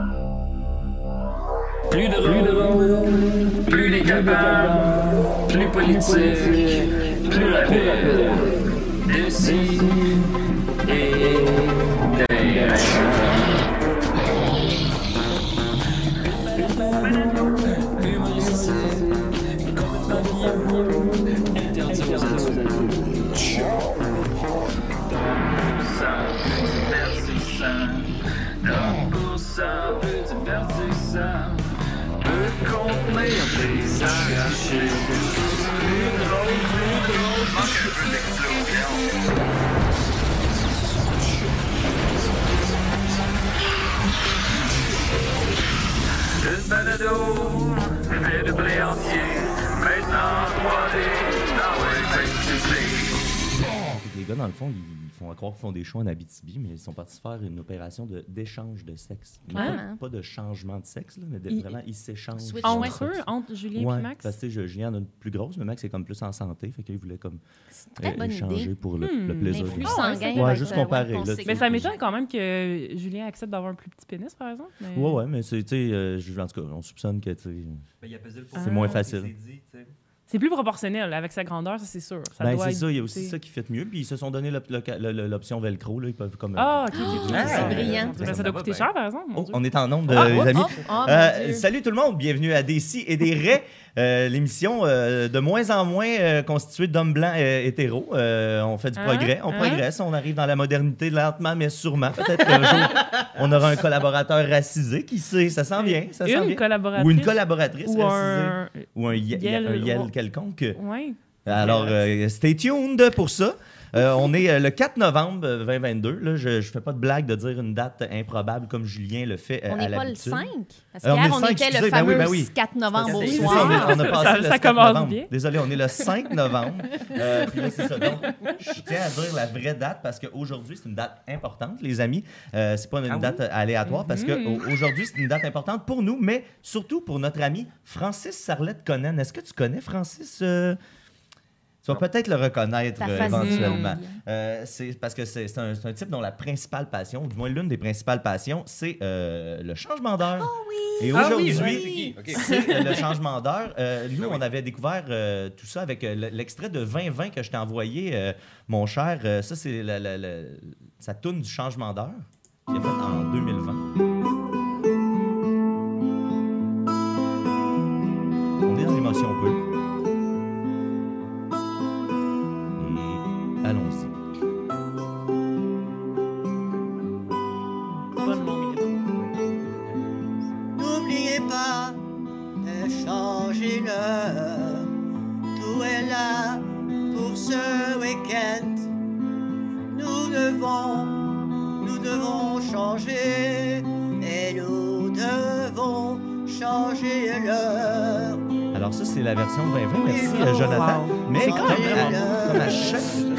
Plus drôle, plus décapable, plus politique, plus rapide. D'ici et d'ailleurs. Humoristique, complètement interdit aux adultes. Ça peut divertissant, donc pour ça peut divertissant. Peut contenir des arrachés. Plus drôle, manque un peu d'explosion. Une balado, fait de blé entier, maintenant 3D, dans le Les gars, dans le fond, ils font croire qu'ils font des choix en Abitibi, mais ils sont partis faire une opération d'échange de sexe. Pas de changement de sexe, là, mais vraiment, ils s'échangent. Entre eux, entre Julien et Max? Parce que Julien en a une plus grosse, mais Max est comme plus en santé, fait qu'il voulait comme échanger idée. Pour le plaisir. Plus sanguin. Ouais, juste comparer. Mais ça m'étonne quand même que Julien accepte d'avoir un plus petit pénis, par exemple. Mais... Ouais, mais c'est, tu sais, en tout cas, on soupçonne que, tu sais, c'est moins facile. C'est plus proportionnel avec sa grandeur, ça c'est sûr. C'est ça, il y a aussi ça qui fait mieux. Puis ils se sont donné l'option velcro, là, ils peuvent comme... Ah, OK. C'est brillant. Ça doit coûter cher, par exemple. On est en nombre, les amis. Salut tout le monde, bienvenue à Des Si et des Raies, l'émission de moins en moins constituée d'hommes blancs hétéros. On fait du progrès, on progresse, on arrive dans la modernité lentement, mais sûrement. Peut-être qu'un jour, on aura un collaborateur racisé, qui sait, ça s'en vient. Collaboratrice. Ou une collaboratrice ou racisée. Ou un yel quelconque. Oui. Alors, stay tuned pour ça. On est le 4 novembre 2022. Là, je ne fais pas de blague de dire une date improbable comme Julien le fait on à n'est pas l'habitude. le 5? Parce qu'hier, on était le fameux 4 novembre au soir. On a passé le 4 commence novembre. bien. Désolé, on est le 5 novembre. Puis là, c'est ça. Donc, je tiens à dire la vraie date parce qu'aujourd'hui, c'est une date importante, les amis. C'est pas une date aléatoire parce qu'aujourd'hui, c'est une date importante pour nous, mais surtout pour notre ami Francis Sarlette-Conen. Est-ce que tu connais Francis? Tu vas peut-être le reconnaître éventuellement. C'est parce que c'est un type dont la principale passion, ou du moins l'une des principales passions, c'est le changement d'heure. Oh oui! Et aujourd'hui, c'est le changement d'heure. Nous, on avait découvert tout ça avec l'extrait de 2020 que je t'ai envoyé, mon cher. Ça, c'est sa toune du changement d'heure qu'il a faite en 2020. On est dans l'émotion un peu. Allons-y. N'oubliez pas de changer l'heure. Tout est là pour ce week-end. Nous devons changer et nous devons changer l'heure. Alors ça, c'est la version 2020. Merci, Jonathan. Wow. Mais comme à chaque...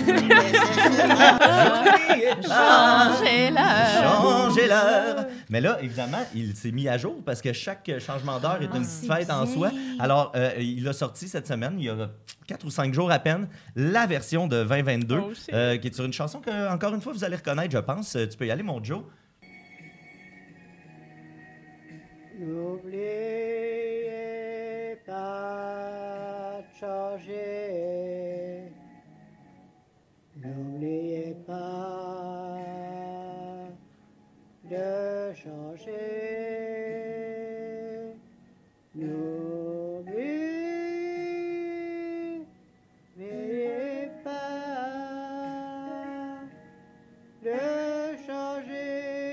Changer l'heure. Mais là, évidemment, il s'est mis à jour parce que chaque changement d'heure est une petite fête en soi. Alors, il a sorti cette semaine, il y a 4 ou 5 jours à peine, la version de 2022, qui est sur une chanson que, encore une fois, vous allez reconnaître, je pense. Tu peux y aller, mon Joe. N'oubliez pas de changer. N'oubliez pas de changer. N'oubliez pas de changer.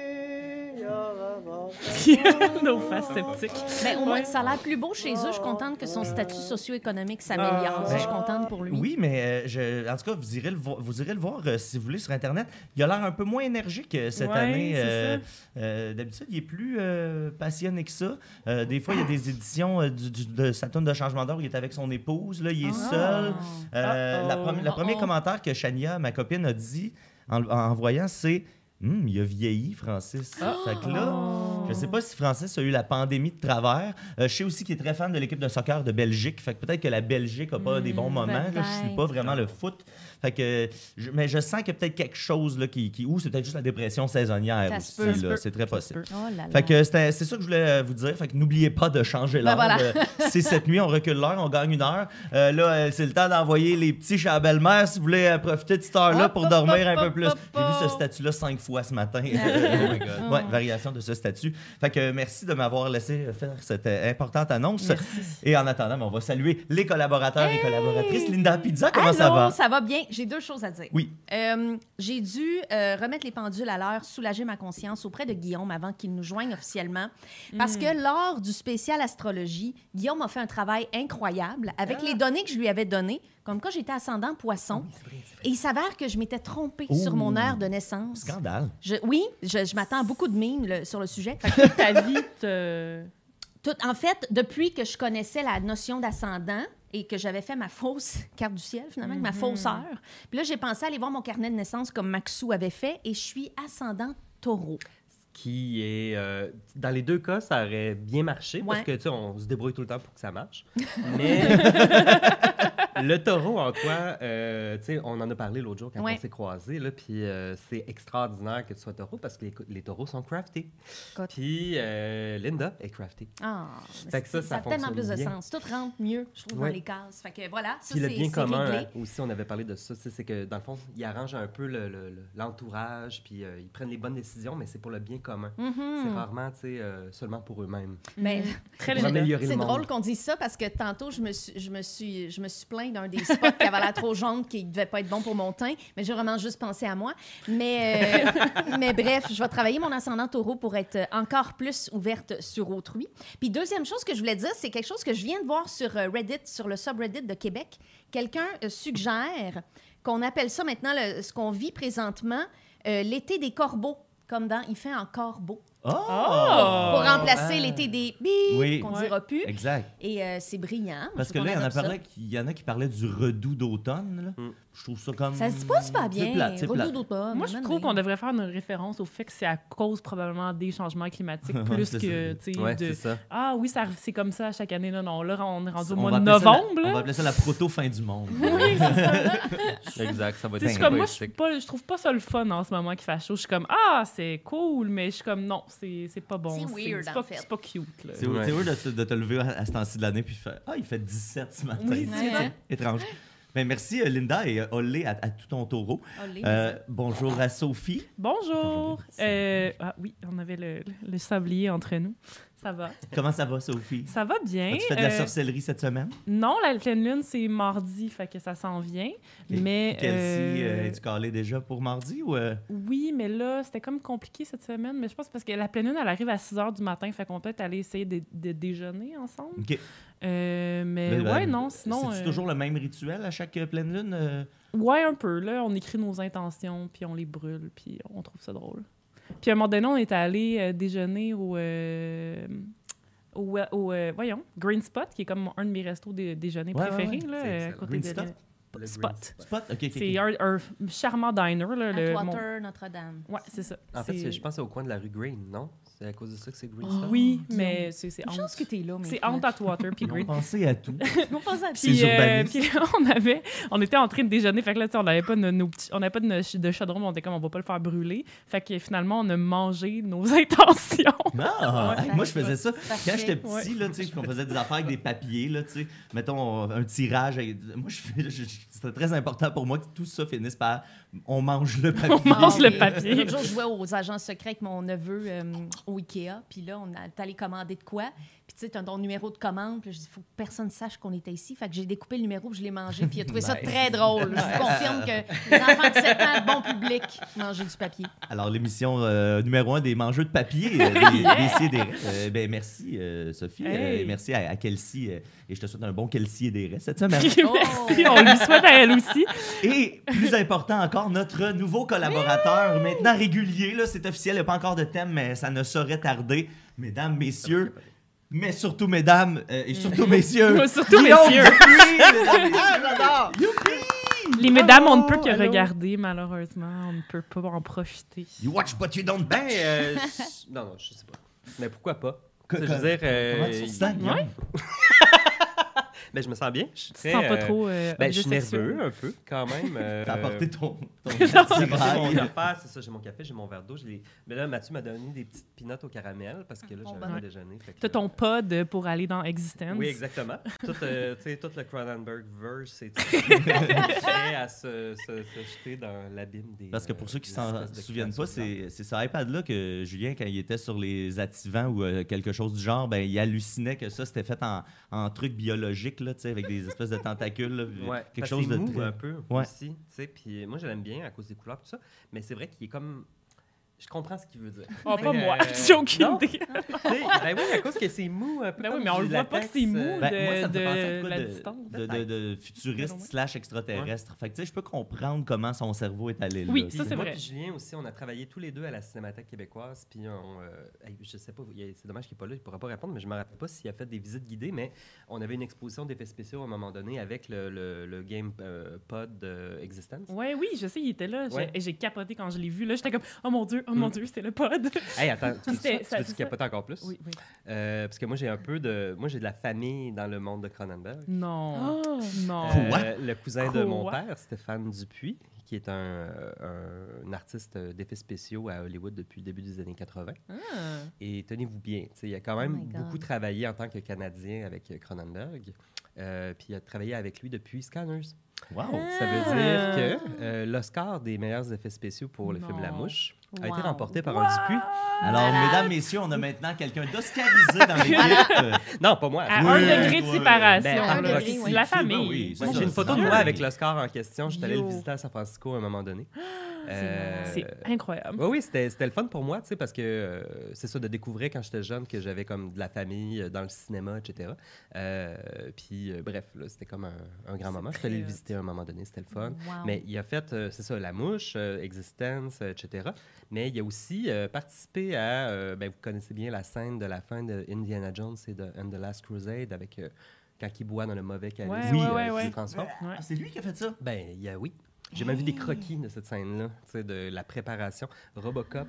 Nos faces sceptiques. Mais au moins, ça a l'air plus beau chez eux. Je suis contente que son statut socio-économique s'améliore. Je suis contente pour lui. Oui, mais en tout cas, vous irez le voir si vous voulez sur Internet. Il a l'air un peu moins énergique cette année. D'habitude, il est plus passionné que ça. Des fois, il y a des éditions de sa toune de changement d'heure où il est avec son épouse. Là, il est seul. Le premier commentaire que Chania, ma copine, a dit en voyant, c'est... il a vieilli, Francis. Fait que là, je ne sais pas si Francis a eu la pandémie de travers. Je sais aussi qu'il est très fan de l'équipe de soccer de Belgique. Fait que peut-être que la Belgique n'a pas des bons moments. Là, je ne suis pas vraiment le foot. Fait que, mais je sens qu'il y a peut-être quelque chose là, ou c'est peut-être juste la dépression saisonnière Ça aussi. se peut, Là. C'est très possible. Oh là là. Fait que c'est ça que je voulais vous dire. Fait que n'oubliez pas de changer l'heure. voilà. C'est cette nuit, on recule l'heure, on gagne 1 heure. Là, c'est le temps d'envoyer les petits chez la belle-mère si vous voulez profiter de cette heure-là pour dormir un peu plus. J'ai vu ce statut-là 5 fois ce matin. Ouais, variation de ce statut. Fait que merci de m'avoir laissé faire cette importante annonce. Merci. Et en attendant, on va saluer les collaborateurs et collaboratrices. Linda Pizza, comment ça va? Ça va bien. J'ai 2 choses à dire. Oui. J'ai dû remettre les pendules à l'heure, soulager ma conscience auprès de Guillaume avant qu'il nous joigne officiellement. Parce que lors du spécial astrologie, Guillaume a fait un travail incroyable avec les données que je lui avais données, comme quoi j'étais ascendant poisson. Et il s'avère que je m'étais trompée sur mon heure de naissance. Scandale. Je m'attends à beaucoup de mimes sur le sujet. Ta vie, En fait, depuis que je connaissais la notion d'ascendant et que j'avais fait ma fausse carte du ciel, finalement, avec ma fausse heure, puis là, j'ai pensé aller voir mon carnet de naissance comme Maxou avait fait et je suis ascendant taureau. Qui est... dans les 2 cas, ça aurait bien marché parce Ouais. que, tu sais, on se débrouille tout le temps pour que ça marche. Mais le taureau en toi, tu sais, on en a parlé l'autre jour quand Ouais. on s'est croisés, là, puis c'est extraordinaire que tu sois taureau parce que les taureaux sont craftés. Écoute. Puis Linda est craftée. Ah, Fait que ça a tellement fonctionne plus de bien. sens. Tout rentre mieux, je trouve, Ouais. dans les cases. Fait que voilà, ça, Puis le c'est bien commun, réglé. hein, aussi, on avait parlé de ça, c'est que dans le fond, ils arrangent un peu l'entourage, puis ils prennent les bonnes décisions, mais c'est pour le bien commun. C'est rarement, tu sais, seulement pour eux-mêmes. Mais très Pour léger. améliorer c'est le monde. drôle qu'on dise ça parce que tantôt, je me suis plaint d'un des spots qui avait l'air trop jaune, qui ne devait pas être bon pour mon teint, mais j'ai vraiment juste pensé à moi. Mais bref, je vais travailler mon ascendant taureau pour être encore plus ouverte sur autrui. Puis deuxième chose que je voulais dire, c'est quelque chose que je viens de voir sur Reddit, sur le subreddit de Québec. Quelqu'un suggère qu'on appelle ça maintenant, ce qu'on vit présentement, l'été des corbeaux, comme dans « Il fait encore beau ». Oh! Pour remplacer l'été des bip Oui. qu'on Ouais. dira plus. Exact. Et c'est brillant. Moi, Parce je que trouve là, qu'on adopte ça. il y en a qui parlaient du redout d'automne. Là. Je trouve ça comme... Ça se dit pas super C'est bien. plate, c'est Redout plate. d'automne, Moi, je même trouve bien. qu'on devrait faire une référence au fait que c'est à cause probablement des changements climatiques Ouais, plus c'est que, ça. tu sais, Ouais, de... c'est ça. Ah oui, c'est comme ça chaque année. Non, là, on est rendu au On mois va de appeler ça la- novembre. On va là. appeler ça la proto-fin du monde. Exact, ça va Tu sais, être je suis comme, moi, poétique. je trouve pas ça le fun en ce moment qu'il fait chaud. Je suis comme, ah, c'est cool, mais je suis comme, non, c'est pas bon. C'est weird, pas, en fait. c'est pas cute. Là. C'est Ouais. weird de te lever à ce temps-ci de l'année puis faire « Ah, il fait 17 ce matin. Oui, c'est ça. Étrange. Ben, merci Linda et Olé à tout ton taureau. Olé. Bonjour à Sophie. Bonjour. Bonjour. Ah oui, on avait le sablier entre nous. Ça va. Comment ça va, Sophie? Ça va bien. As-tu fait de la sorcellerie cette semaine? Non, la pleine lune, c'est mardi, fait que ça s'en vient. Mais Kelsey, es-tu calée déjà pour mardi ou... oui, mais là, c'était comme compliqué cette semaine. Mais je pense parce que la pleine lune, elle arrive à 6 h du matin, fait qu'on peut peut-être aller essayer de déjeuner ensemble. OK. Mais Ben, ouais, non, sinon... C'est toujours le même rituel à chaque pleine lune? Ouais, un peu. Là, on écrit nos intentions, puis on les brûle, puis on trouve ça drôle. Puis à un moment donné, on est allé déjeuner au voyons, Green Spot, qui est comme un de mes restos de déjeuner Ouais, préférés, ouais, là, c'est à excellent. côté Green de Spot? Le Spot. green Spot? OK, OK. C'est un charmant diner. Là, Atwater, Notre-Dame. Ouais, c'est ça. En fait, C'est- je pense que c'est au coin de la rue Green, non? C'est à cause de ça que c'est Green Oh. Spot? Oui, Guillaume. mais c'est Une chance entre. que t'es là. C'est entre Atwater puis Ils ont Green. pensé à tout. On pense à Ces Puis, urbanistes. puis là, on était en train de déjeuner. Fait que là, tu sais, on n'avait pas on n'avait pas de chaudron, mais on était comme, on va pas le faire brûler. Fait que finalement, on a mangé nos intentions. Non! Ouais. Hey, moi, je faisais ça Parfait. quand j'étais petit, là, tu sais, puis on faisait des affaires avec des papiers, là, tu sais. Mettons, un tirage. Moi, c'était très important pour moi que tout ça finisse par on mange le papier. On mange le Et papier. L'autre jour, je jouais aux agents secrets avec mon neveu au Ikea. Puis là, on est allé commander de quoi. Puis tu sais, tu as ton numéro de commande. Puis je dis, il faut que personne sache qu'on était ici. Fait que j'ai découpé le numéro, puis je l'ai mangé. Puis il a trouvé ça Nice. très drôle. Je vous confirme que les enfants de 7 ans, bon public, manger du papier. Alors, l'émission numéro 1 des mangeux de papier, des CDR. Ben, merci, Sophie. Hey. Merci à Kelsey. Et je te souhaite un bon Kelsey et des restes cette semaine. Merci, on lui souhaite à elle aussi. Et plus important encore, notre nouveau collaborateur, maintenant régulier, là, c'est officiel, il n'y a pas encore de thème, mais ça ne saurait tarder. Mesdames, messieurs, mais surtout mesdames et surtout messieurs. Ouais, surtout Guillaume messieurs. Dupuis, mesdames, messieurs. Youpi! Les mesdames, on ne peut que Allô? regarder, malheureusement. On ne peut pas en profiter. You watch but you don't Ben, touch. non, je sais pas. Mais pourquoi pas? Que- Tu sais, je veux dire... Comment tu te sens, Guillaume? Ouais. Mais je me sens bien. Je suis Tu te très, sens pas trop je suis objet sexuel. nerveux un peu, quand même. T'as apporté ton J'ai apporté mon petit affaire, c'est ça, j'ai mon café, j'ai mon verre d'eau. Mais là, Mathieu m'a donné des petites peanuts au caramel parce que là, Bon, j'avais ben. pas déjeuné. fait que, T'as ton pod pour aller dans Existence. Oui, exactement. Tout le Cronenberg-verse est prêt à se jeter dans l'abîme des... Parce que pour ceux qui des s'en espèces de souviennent pas, créatures c'est ce iPad-là que Julien, quand il était sur les activants ou quelque chose du genre, ben, il hallucinait que ça, c'était fait en truc biologique, là, avec des espèces de tentacules. Là, Ouais, quelque parce chose que c'est de mou très... un peu Ouais. aussi, tu sais, puis moi je l'aime bien à cause des couleurs tout ça, mais c'est vrai qu'il est comme je comprends ce qu'il veut dire. Oh, pas Mais, moi. J'ai aucune non? idée. Tu sais, ben oui, à cause que c'est mou un peu Ben comme oui, mais on du le voit pas que latex, c'est mou. Ben, moi, ça me fait penser à de quoi la distance. de futuriste Ouais. / extraterrestre. Fait que, tu sais, je peux comprendre comment son cerveau est allé là. Oui, tu sais. ça, c'est moi vrai. puis Julien aussi, on a travaillé tous les deux à la Cinémathèque québécoise, puis je sais pas, c'est dommage qu'il n'est pas là, il pourra pas répondre, mais je me rappelle pas s'il a fait des visites guidées, mais on avait une exposition d'effets spéciaux à un moment donné avec le game pod Existence. Ouais, oui, je sais, il était là. Ouais. J'ai capoté quand je l'ai vu. Là, j'étais comme, oh mon Dieu, c'était le pod. Hey, attends, tu C'était- veux-tu ça- c'est ça. capoter encore plus? Oui, oui. Parce que moi, j'ai de la famille dans le monde de Cronenberg. Non. Non. Quoi? Le cousin de mon Quoi? père, Stéphane Dupuis, qui est un artiste d'effets spéciaux à Hollywood depuis le début des années 80. Ah. Et tenez-vous bien, tu sais, il a quand Oh même my God. beaucoup travaillé en tant que Canadien avec Cronenberg. Puis il a travaillé avec lui depuis Scanners. Wow! Ça veut dire que l'Oscar des meilleurs effets spéciaux pour le film La Non. Mouche a été Wow. remporté par un Dupuis. Alors, Malade. mesdames, messieurs, on a maintenant quelqu'un d'oscarisé dans l'équipe. Non, pas moi. À Oui, un degré de oui. séparation. Ben, un là. degré, oui. La C'est- famille. oui, c'est Moi, ça, j'ai une c'est photo de ça. moi avec l'Oscar en question. Je suis allé Yo. le visiter à San Francisco à un moment donné. C'est incroyable. Oui, c'était le fun pour moi, tu sais, parce que c'est ça, de découvrir quand j'étais jeune que j'avais comme de la famille dans le cinéma, etc. Bref, là, c'était comme un grand moment. Je suis allé le visiter à un moment donné, c'était le fun. Wow. Mais il a fait, c'est ça, La Mouche, Existence, etc. Mais il a aussi participé à, vous connaissez bien la scène de la fin de Indiana Jones et de And the Last Crusade avec quand il boit dans le mauvais calice Ouais, Oui, ouais. qui se transforme. Ouais. Ah, c'est lui qui a fait ça? Ben, oui. J'ai même vu des croquis de cette scène-là, tu sais, de la préparation. Robocop,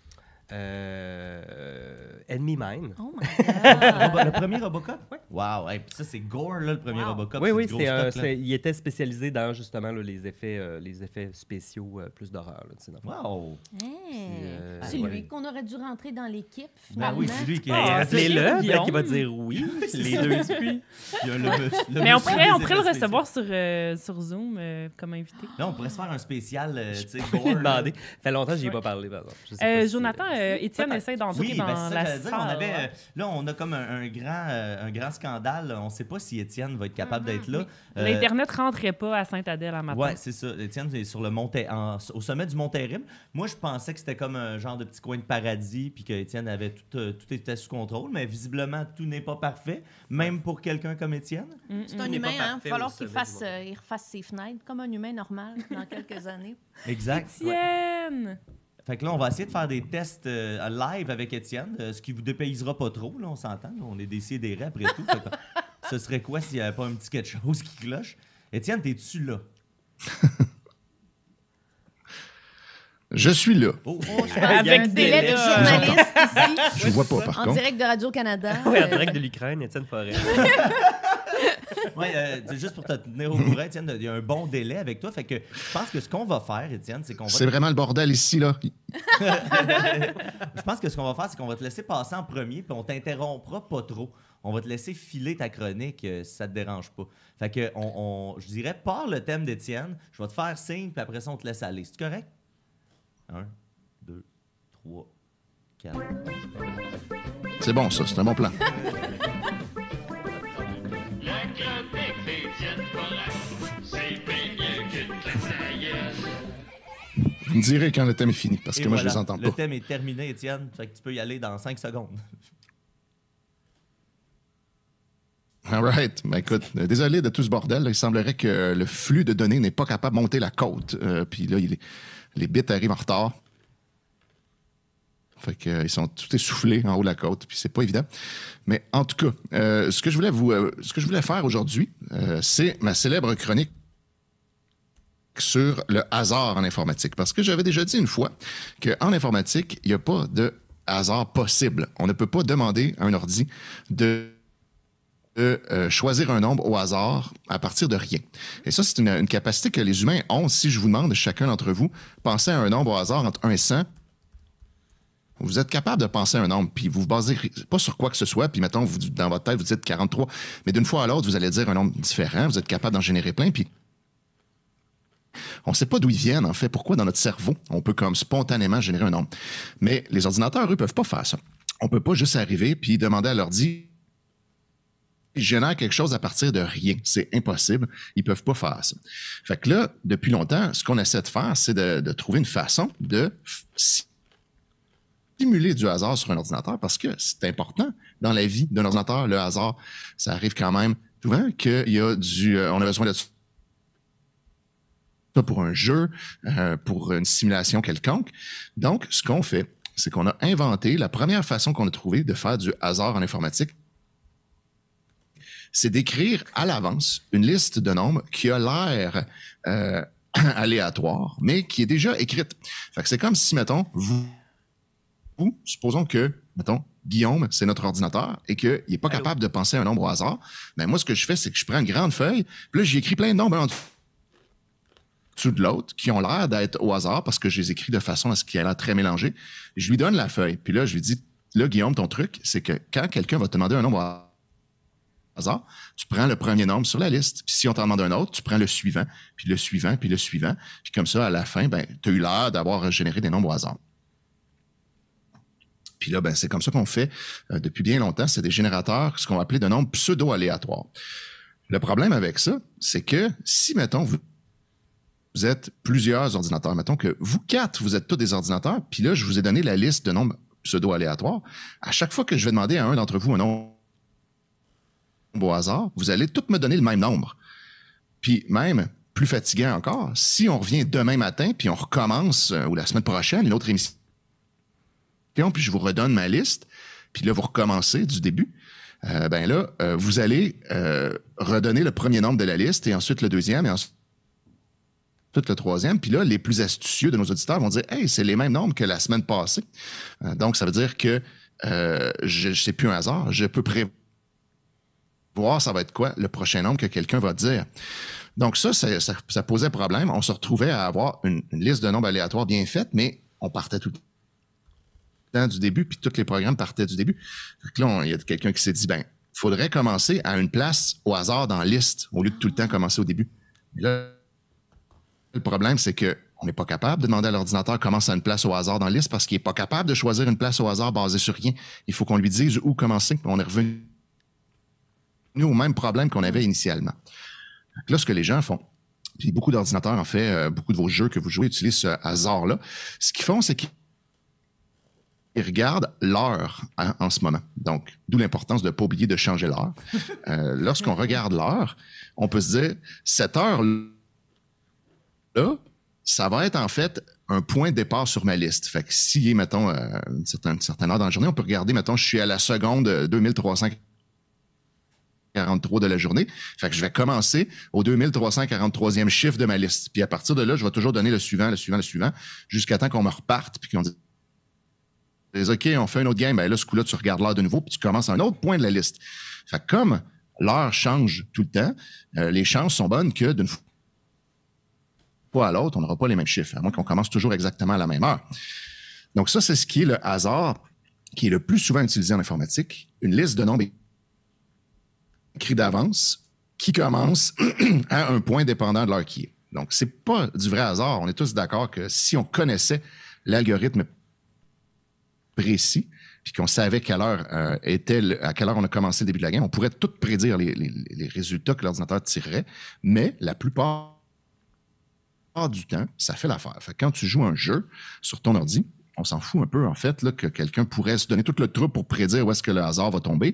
Enemy Mine. Oh my God. Le premier Robocop? Ouais. Wow! Hey, puis ça, c'est Gore, là, le premier Wow. Robocop. Oui, c'est oui, du gros stock, là. il était spécialisé dans justement là, les effets spéciaux plus d'horreur. Là, tu sais, dans le fond. Wow! C'est ouais. lui qu'on aurait dû rentrer dans l'équipe, Ben finalement. oui, c'est lui qui Ah, a... Appelez-le, Guillaume. qui va dire oui. Les deux Dupuis. Il y a le Mais on monsieur pourrait des le effets recevoir sur Zoom comme invité. Là, on pourrait se faire un spécial, tu sais, J'ai Gore. demandé. Ça fait longtemps que j'y ai Ouais. pas parlé, par exemple. Je sais pas si- Jonathan, Étienne essaie d'entrer Oui, dans ben, c'est ça que la j'allais dire. salle. On avait, là, on a comme un grand scandale. On ne sait pas si Étienne va être capable d'être là. L'Internet rentrait pas à Sainte-Adèle à matin. Ouais, c'est ça. Étienne est sur le au sommet du Mont Terrible. Moi, je pensais que c'était comme un genre de petit coin de paradis, puis qu'Étienne avait tout était sous contrôle, mais visiblement, tout n'est pas parfait, même pour quelqu'un comme Étienne. C'est un n'est humain, pas hein. Il parfait va falloir au qu'il sommet du il refasse ses fenêtres comme un humain normal dans quelques années. Exact. Étienne! Fait que là, on va essayer de faire des tests live avec Étienne, ce qui vous dépaysera pas trop, là, on s'entend. Là, on est décidés après tout. Fait que, ce serait quoi s'il n'y avait pas un petit quelque chose qui cloche? Étienne, t'es-tu là? Je suis là. Oh, Avec un des délai de lettres. journaliste ici, Je vous vois pas, par en contre. direct de Radio-Canada. Oui, en direct de l'Ukraine, Étienne Forêt. Ouais, juste pour te tenir au courant, Étienne, il y a un bon délai avec toi. Fait que je pense que ce qu'on va faire, Étienne, c'est qu'on va... C'est vraiment le bordel ici, là. Je pense que ce qu'on va faire, c'est qu'on va te laisser passer en premier, puis on t'interrompra pas trop. On va te laisser filer ta chronique si ça te dérange pas. Fait que je dirais, pars le thème d'Étienne, je vais te faire signe, puis après ça, on te laisse aller. C'est correct? 1, 2, 3, 4. C'est bon, ça. C'est un bon plan. La chronique d'Étienne Forêt, c'est bien mieux qu'une claque à gueule. Vous me direz quand le thème est fini, parce que Et moi, je voilà, les entends le pas. thème est terminé, Étienne. Fait que tu peux y aller dans 5 secondes. All right. Ben, écoute, désolé de tout ce bordel. Là. Il semblerait que le flux de données n'est pas capable de monter la côte. Puis là, les bits arrivent en retard. Fait que, ils sont tout essoufflés en haut de la côte, puis c'est pas évident. Mais en tout cas, ce que je voulais faire aujourd'hui, c'est ma célèbre chronique sur le hasard en informatique. Parce que j'avais déjà dit une fois qu'en informatique, il n'y a pas de hasard possible. On ne peut pas demander à un ordi de choisir un nombre au hasard à partir de rien. Et ça, c'est une capacité que les humains ont. Si je vous demande, chacun d'entre vous, pensez à un nombre au hasard entre 1 et 100, vous êtes capable de penser à un nombre, puis vous vous basez pas sur quoi que ce soit, puis mettons, dans votre tête, vous dites 43, mais d'une fois à l'autre, vous allez dire un nombre différent, vous êtes capable d'en générer plein, puis on ne sait pas d'où ils viennent, en fait, pourquoi dans notre cerveau, on peut comme spontanément générer un nombre. Mais les ordinateurs, eux, peuvent pas faire ça. On peut pas juste arriver puis demander à l'ordi génère quelque chose à partir de rien. C'est impossible. Ils peuvent pas faire ça. Fait que là, depuis longtemps, ce qu'on essaie de faire, c'est de trouver une façon de simuler du hasard sur un ordinateur parce que c'est important dans la vie d'un ordinateur, le hasard. Ça arrive quand même souvent qu'il y a on a besoin de ça pour un jeu, pour une simulation quelconque. Donc, ce qu'on fait, c'est qu'on a inventé la première façon qu'on a trouvée de faire du hasard en informatique, c'est d'écrire à l'avance une liste de nombres qui a l'air aléatoire, mais qui est déjà écrite. Fait que c'est comme si, mettons, supposons que, mettons, Guillaume, c'est notre ordinateur et qu'il n'est pas capable de penser à un nombre au hasard. Ben moi, ce que je fais, c'est que je prends une grande feuille, puis là, j'y écris plein de nombres en dessous de l'autre qui ont l'air d'être au hasard parce que je les écris de façon à ce qu'il ait l'air très mélangé. Je lui donne la feuille, puis là, je lui dis, là, Guillaume, ton truc, c'est que quand quelqu'un va te demander un nombre au hasard, tu prends le premier nombre sur la liste. Puis si on t'en demande un autre, tu prends le suivant, puis le suivant, puis le suivant. Puis comme ça, à la fin, ben, tu as eu l'air d'avoir généré des nombres au hasard. Puis là, ben, c'est comme ça qu'on fait depuis bien longtemps. C'est des générateurs, ce qu'on va appeler de nombres pseudo-aléatoires. Le problème avec ça, c'est que si, mettons, vous êtes plusieurs ordinateurs, mettons que vous quatre, vous êtes tous des ordinateurs, puis là, je vous ai donné la liste de nombres pseudo-aléatoires. À chaque fois que je vais demander à un d'entre vous un nombre au hasard, vous allez tous me donner le même nombre. Puis même, plus fatigant encore, si on revient demain matin, puis on recommence, ou la semaine prochaine, une autre émission, puis je vous redonne ma liste, puis là, vous recommencez du début, ben là, vous allez redonner le premier nombre de la liste, et ensuite le deuxième, et ensuite le troisième. Puis là, les plus astucieux de nos auditeurs vont dire « Hey, c'est les mêmes nombres que la semaine passée. » Donc, ça veut dire que c'est plus un hasard. Je peux prévoir ça va être quoi le prochain nombre que quelqu'un va dire. Donc ça posait problème. On se retrouvait à avoir une liste de nombres aléatoires bien faite, mais on partait tout le temps du début, puis tous les programmes partaient du début. Donc là, il y a quelqu'un qui s'est dit, ben, il faudrait commencer à une place au hasard dans la liste, au lieu de tout le temps commencer au début. Et là, le problème, c'est qu'on n'est pas capable de demander à l'ordinateur commence à une place au hasard dans la liste parce qu'il n'est pas capable de choisir une place au hasard basée sur rien. Il faut qu'on lui dise où commencer. On est revenu au même problème qu'on avait initialement. Donc là, ce que les gens font, puis beaucoup d'ordinateurs, en fait, beaucoup de vos jeux que vous jouez utilisent ce hasard-là. Ce qu'ils font, c'est qu'ils regardent l'heure en ce moment. Donc, d'où l'importance de ne pas oublier de changer l'heure. Lorsqu'on regarde l'heure, on peut se dire, cette heure-là, ça va être en fait un point de départ sur ma liste. Fait que s'il est, mettons, une certaine heure dans la journée, on peut regarder, mettons, je suis à la seconde 2343 de la journée. Fait que je vais commencer au 2343e chiffre de ma liste. Puis à partir de là, je vais toujours donner le suivant, jusqu'à temps qu'on me reparte puis qu'on dise OK, on fait un autre game. Ben là, ce coup-là, tu regardes l'heure de nouveau puis tu commences à un autre point de la liste. Fait que comme l'heure change tout le temps, les chances sont bonnes que d'une fois à l'autre, on n'aura pas les mêmes chiffres, à moins qu'on commence toujours exactement à la même heure. Donc ça, c'est ce qui est le hasard qui est le plus souvent utilisé en informatique. Une liste de nombres écrit d'avance qui commence à un point dépendant de l'heure qui est. Donc, c'est pas du vrai hasard. On est tous d'accord que si on connaissait l'algorithme précis, puis qu'on savait à quelle heure on a commencé le début de la game, on pourrait tout prédire les résultats que l'ordinateur tirerait, mais la plupart du temps, ça fait l'affaire. Fait que quand tu joues un jeu sur ton ordi, on s'en fout un peu, en fait, là, que quelqu'un pourrait se donner tout le truc pour prédire où est-ce que le hasard va tomber.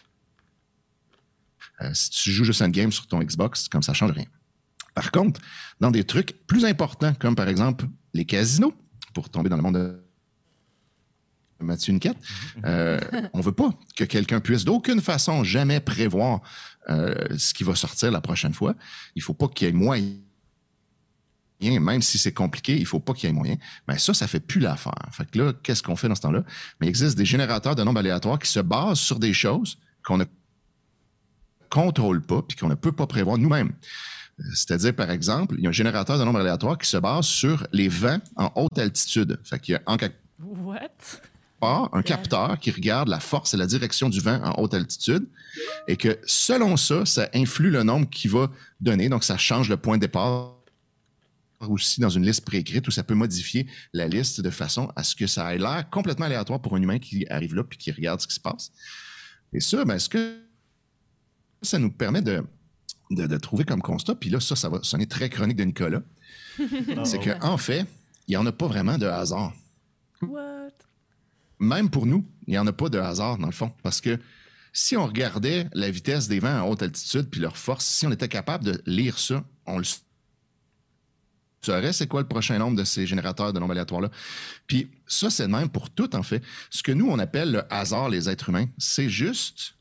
Si tu joues juste un game sur ton Xbox, comme ça ne change rien. Par contre, dans des trucs plus importants, comme par exemple les casinos, pour tomber dans le monde de Mathieu Niquette, on ne veut pas que quelqu'un puisse d'aucune façon jamais prévoir ce qui va sortir la prochaine fois. Il ne faut pas qu'il y ait moyen, même si c'est compliqué, il ne faut pas qu'il y ait moyen. Mais ça ne fait plus l'affaire. Fait que là, qu'est-ce qu'on fait dans ce temps-là? Mais il existe des générateurs de nombres aléatoires qui se basent sur des choses qu'on a contrôle pas puis qu'on ne peut pas prévoir nous-mêmes. C'est-à-dire, par exemple, il y a un générateur de nombres aléatoires qui se base sur les vents en haute altitude. Fait qu'il y a en quelque What? part un capteur qui regarde la force et la direction du vent en haute altitude et que selon ça, ça influe le nombre qu'il va donner. Donc, ça change le point de départ aussi dans une liste préécrite où ça peut modifier la liste de façon à ce que ça ait l'air complètement aléatoire pour un humain qui arrive là puis qui regarde ce qui se passe. Et ça, ce que ça nous permet de trouver comme constat, puis là, ça va sonner très chronique de Nicolas, c'est qu'en fait, il n'y en a pas vraiment de hasard. What? Même pour nous, il n'y en a pas de hasard, dans le fond, parce que si on regardait la vitesse des vents en haute altitude puis leur force, si on était capable de lire ça, on le saurait, c'est quoi le prochain nombre de ces générateurs de nombres aléatoires-là. Puis ça, c'est le même pour tout, en fait. Ce que nous, on appelle le hasard, les êtres humains, c'est juste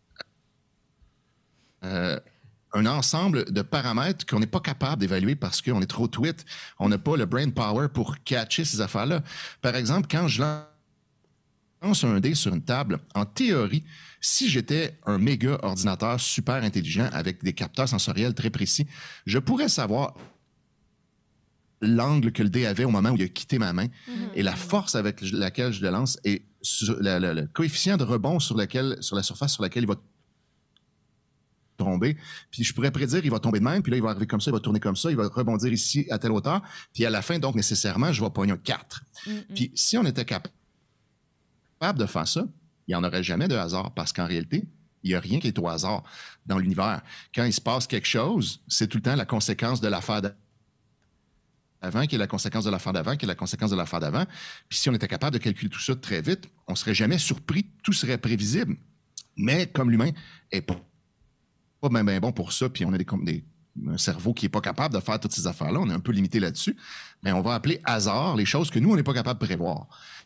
un ensemble de paramètres qu'on n'est pas capable d'évaluer parce qu'on est trop tweet. On n'a pas le brain power pour catcher ces affaires-là. Par exemple, quand je lance un dé sur une table, en théorie, si j'étais un méga ordinateur super intelligent avec des capteurs sensoriels très précis, je pourrais savoir l'angle que le dé avait au moment où il a quitté ma main et la force avec laquelle je le lance et le coefficient de rebond sur la surface sur laquelle il va tomber. Puis je pourrais prédire, il va tomber de même, puis là, il va arriver comme ça, il va tourner comme ça, il va rebondir ici à telle hauteur, puis à la fin, donc, nécessairement, je vais pogner un 4. Puis si on était capable de faire ça, il n'y en aurait jamais de hasard, parce qu'en réalité, il n'y a rien qui est au hasard dans l'univers. Quand il se passe quelque chose, c'est tout le temps la conséquence de l'affaire d'avant, qui est la conséquence de l'affaire d'avant, qui est la conséquence de l'affaire d'avant. Puis si on était capable de calculer tout ça très vite, on ne serait jamais surpris, tout serait prévisible. Mais comme l'humain n'est pas bien bon pour ça, puis on a un cerveau qui n'est pas capable de faire toutes ces affaires-là, on est un peu limité là-dessus, mais on va appeler hasard les choses que nous, on n'est pas capable de prévoir.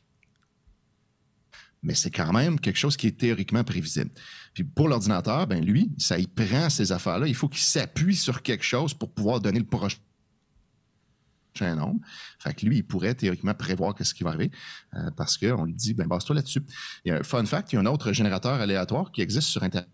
Mais c'est quand même quelque chose qui est théoriquement prévisible. Puis pour l'ordinateur, lui, ça y prend ces affaires-là, il faut qu'il s'appuie sur quelque chose pour pouvoir donner le prochain nombre. Fait que lui, il pourrait théoriquement prévoir ce qui va arriver parce qu'on lui dit, base-toi là-dessus. Il y a un fun fact, il y a un autre générateur aléatoire qui existe sur Internet,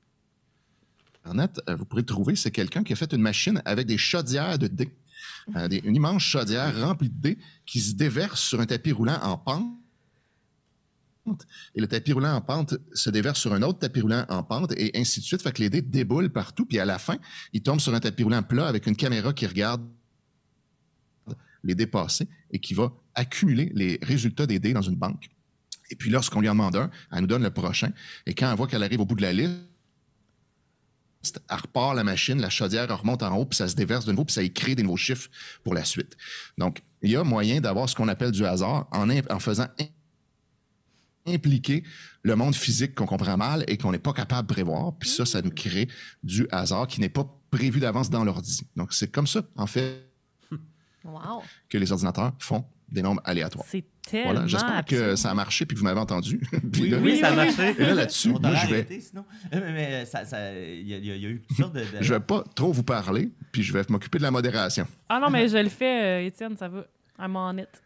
vous pourrez le trouver, c'est quelqu'un qui a fait une machine avec des chaudières de dés. Une immense chaudière remplie de dés qui se déverse sur un tapis roulant en pente. Et le tapis roulant en pente se déverse sur un autre tapis roulant en pente et ainsi de suite. Fait que les dés déboulent partout. Puis à la fin, ils tombent sur un tapis roulant plat avec une caméra qui regarde les dés passés et qui va accumuler les résultats des dés dans une banque. Et puis lorsqu'on lui en demande un, elle nous donne le prochain. Et quand elle voit qu'elle arrive au bout de la liste, elle repart la machine, la chaudière elle remonte en haut, puis ça se déverse de nouveau, puis ça y crée des nouveaux chiffres pour la suite. Donc, il y a moyen d'avoir ce qu'on appelle du hasard en faisant impliquer le monde physique qu'on comprend mal et qu'on n'est pas capable de prévoir. Puis ça nous crée du hasard qui n'est pas prévu d'avance dans l'ordi. Donc, c'est comme ça, en fait, que les ordinateurs font des nombres aléatoires. C'est tellement voilà, j'espère que ça a marché puis que vous m'avez entendu. Puis oui, ça a marché. Et là, là-dessus, on moi, je vais... arrêté, sinon. Mais il y a eu toutes sortes de... Je vais pas trop vous parler, puis je vais m'occuper de la modération. Ah non, mais je le fais, Étienne, ça va. I'm on it.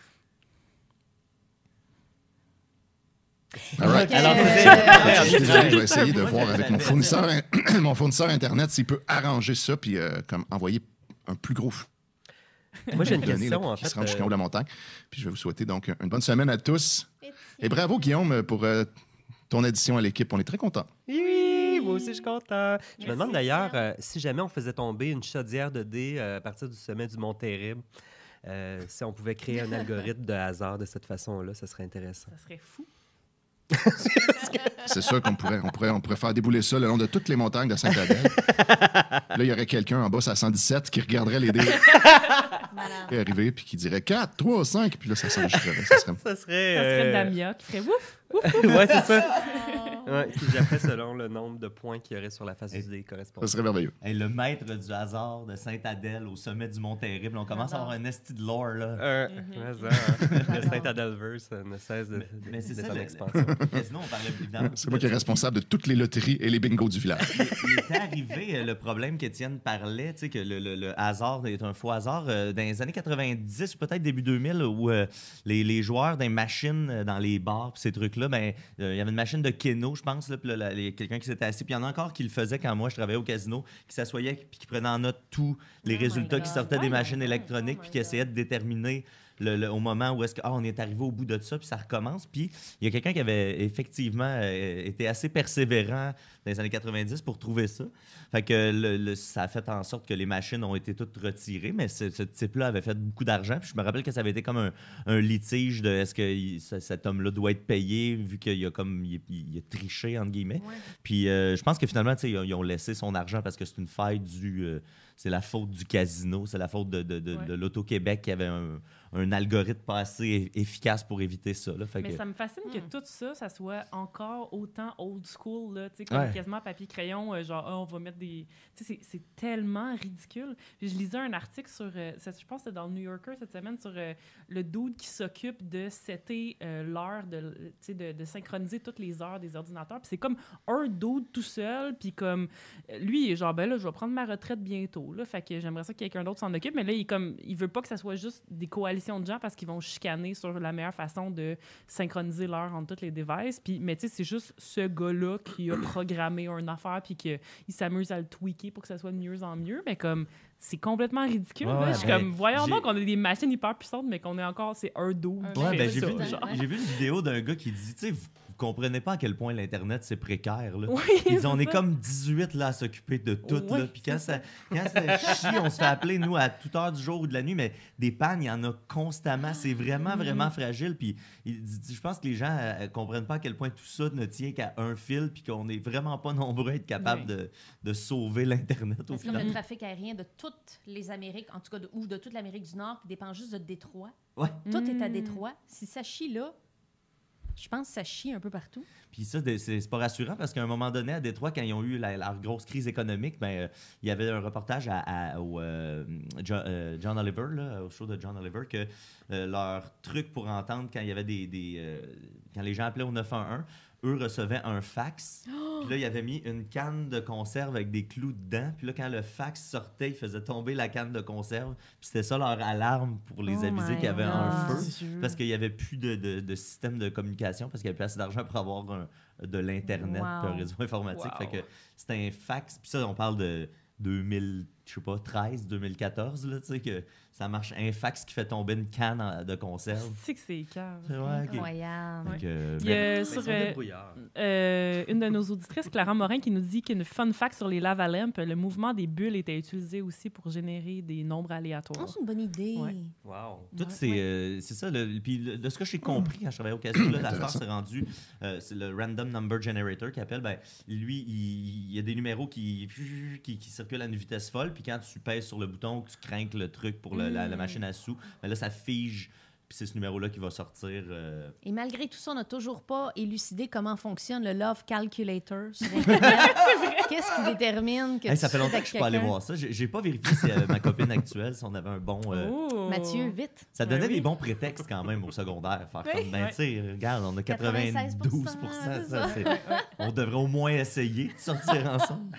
All right. Alors, je vais essayer de voir avec mon fournisseur Internet s'il peut arranger ça puis comme envoyer un plus gros Moi, j'ai une données, question, là, en qui fait. se rend jusqu'en haut de la montagne. Puis je vais vous souhaiter donc une bonne semaine à tous. Et bravo, Guillaume, pour ton addition à l'équipe. On est très contents. Oui, moi aussi, je suis content. Je me demande d'ailleurs si jamais on faisait tomber une chaudière de dés à partir du sommet du Mont Terrible, si on pouvait créer un algorithme de hasard de cette façon-là, ça serait intéressant. Ça serait fou. C'est sûr qu'on pourrait faire débouler ça le long de toutes les montagnes de Sainte-Adèle. Là, il y aurait quelqu'un en bas à 117 qui regarderait les dés arriver puis qui dirait 4, 3, 5. Puis là, ça s'enregistrerait. Ça serait Damia qui ferait ouf. Ouais, c'est ça. Ouais, puis après, selon le nombre de points qu'il y aurait sur la face du dé correspondant. Ça serait merveilleux. Hey, le maître du hasard de Sainte-Adèle au sommet du Mont Terrible. On commence à avoir un esti de lore, là. Le Saint-Adelverse ne cesse de Mais c'est d'être ça, en expansion. sinon, on parlait évidemment... C'est moi qui est responsable de toutes les loteries et les bingos du village. Il était arrivé le problème qu'Étienne parlait, tu sais, que le hasard est un faux hasard. Dans les années 90 ou peut-être début 2000, où les joueurs des machines dans les bars pis ces trucs-là, il y avait une machine de Keno casino, je pense. Là, puis là, quelqu'un qui s'était assis. Puis il y en a encore qui le faisait quand moi, je travaillais au casino, qui s'assoyait puis qui prenait en note tous les résultats qui sortaient des machines électroniques puis qui essayait de déterminer au moment où est-ce on est arrivé au bout de ça, puis ça recommence. Puis il y a quelqu'un qui avait effectivement été assez persévérant dans les années 90 pour trouver ça. Fait que ça a fait en sorte que les machines ont été toutes retirées, mais ce type-là avait fait beaucoup d'argent. Puis je me rappelle que ça avait été comme un litige de est-ce que cet homme-là doit être payé vu qu'il a il a triché, entre guillemets. Ouais. Puis je pense que finalement, ils ont laissé son argent parce que c'est une faille c'est la faute du casino, c'est la faute de l'Auto-Québec qui avait un algorithme pas assez efficace pour éviter ça. Là. Mais ça me fascine que tout ça soit encore autant old school, là, comme quasiment papier-crayon, genre on va mettre des... C'est tellement ridicule. Puis je lisais un article sur, je pense que c'était dans le New Yorker cette semaine, sur le dude qui s'occupe de setter l'heure, de synchroniser toutes les heures des ordinateurs. Puis c'est comme un dude tout seul, puis comme... Lui, il est genre, ben là, je vais prendre ma retraite bientôt, là, fait que j'aimerais ça que quelqu'un d'autre s'en occupe, mais là, il veut pas que ça soit juste des coalitions de gens parce qu'ils vont chicaner sur la meilleure façon de synchroniser l'heure entre toutes les devices. Puis, mais tu sais, c'est juste ce gars-là qui a programmé une affaire puis qu'il s'amuse à le tweaker pour que ça soit de mieux en mieux. Mais comme, c'est complètement ridicule. Là. Je suis comme, voyons donc qu'on a des machines hyper puissantes, mais qu'on est encore, c'est un dos. J'ai vu une vidéo d'un gars qui dit, tu sais, vous comprenez pas à quel point l'Internet, c'est précaire. Là. Oui, ils disent, on est comme 18 là, à s'occuper de tout. Oui, là. Puis quand ça chie, on se fait appeler, nous, à toute heure du jour ou de la nuit, mais des pannes, il y en a constamment. C'est vraiment, vraiment fragile. Puis je pense que les gens comprennent pas à quel point tout ça ne tient qu'à un fil, puis qu'on est vraiment pas nombreux à être capables de sauver l'Internet au final. Comme le trafic aérien de toutes les Amériques, en tout cas, ou de toute l'Amérique du Nord, qui dépend juste de Détroit. Ouais. Tout est à Détroit. Si ça chie là, je pense que ça chie un peu partout. Puis ça, c'est pas rassurant parce qu'à un moment donné, à Détroit, quand ils ont eu leur grosse crise économique, il y avait un reportage au John Oliver, là, au show de John Oliver, que leur truc pour entendre quand il y avait quand les gens appelaient au 911, eux recevaient un fax. Puis là, ils avaient mis une canne de conserve avec des clous dedans. Puis là, quand le fax sortait, ils faisaient tomber la canne de conserve. Puis c'était ça leur alarme pour les aviser qu'il y avait un feu. Parce qu'il n'y avait plus de système de communication, parce qu'il n'y avait plus assez d'argent pour avoir de l'Internet puis un réseau informatique. Fait que c'était un fax. Puis ça, on parle de 2013, 2014, là, tu sais, que ça marche. Un fax qui fait tomber une canne de conserve. C'est que c'est cave. Incroyable. Il y a sur une de nos auditrices, Clara Morin, qui nous dit qu'une fun fact sur les lava-lamps, le mouvement des bulles était utilisé aussi pour générer des nombres aléatoires. Oh, c'est une bonne idée. Ouais. Wow. Tout c'est ça. Puis de ce que j'ai compris quand je travaillais au casino, l'affaire s'est rendue, c'est le Random Number Generator qui appelle. Ben, lui, il y a des numéros qui circulent à une vitesse folle. Puis quand tu pèses sur le bouton, que tu crains le truc pour la machine à sous, ben là, ça fige. Puis c'est ce numéro-là qui va sortir. Et malgré tout ça, on n'a toujours pas élucidé comment fonctionne le Love Calculator sur Internet. Qu'est-ce qui détermine que ça fait longtemps que je ne suis pas allé voir ça. J'ai pas vérifié si ma copine actuelle, si on avait un bon... Mathieu, vite. Ça donnait des bons prétextes quand même au secondaire. Faire comme, tu sais, regarde, on a 92 %. On devrait au moins essayer de sortir ensemble.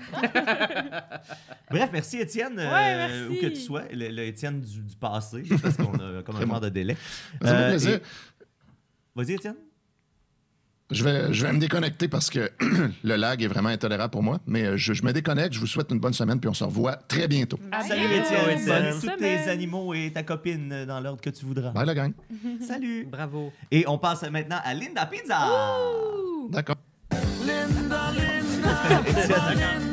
Bref, merci Étienne, où que tu sois. Le Étienne du passé, parce qu'on a comme un genre de délai. Ça fait plaisir. Vas-y, Étienne. Je vais me déconnecter parce que le lag est vraiment intolérable pour moi. Mais je me déconnecte. Je vous souhaite une bonne semaine puis on se revoit très bientôt. Salut Étienne. Tous tes animaux et ta copine dans l'ordre que tu voudras. Bye la gang. Salut. Bravo. Et on passe maintenant à Linda Pizza. D'accord. Linda, Linda, Linda,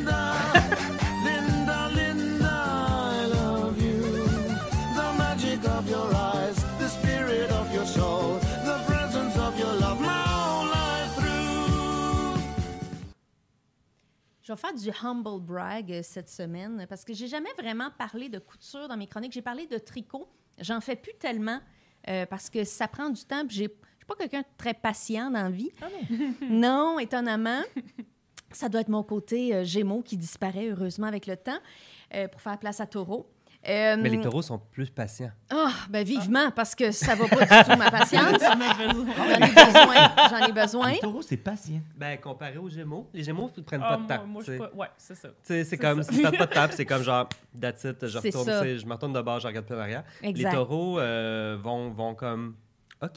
Linda, Linda, I love you. The magic of your eyes, the spirit of your soul, the presence of your love, my whole life through. Je vais faire du humble brag cette semaine parce que j'ai jamais vraiment parlé de couture dans mes chroniques. J'ai parlé de tricot. J'en fais plus tellement parce que ça prend du temps. Je ne suis pas quelqu'un de très patient dans la vie. Ah non, étonnamment. Ça doit être mon côté Gémeaux qui disparaît heureusement avec le temps pour faire place à Taureau. Mais les taureaux sont plus patients. Ben vivement, parce que ça va pas du tout ma patience. J'en ai besoin. Les taureaux, c'est patient. Ben, comparé aux Gémeaux, les Gémeaux ne prennent pas de temps. Moi, je pas... Ouais, c'est ça. C'est comme, si tu prends pas de temps, c'est comme genre, that's it, C'est ça. je me retourne de bord, je regarde plus en arrière. Exact. Les taureaux vont comme, OK,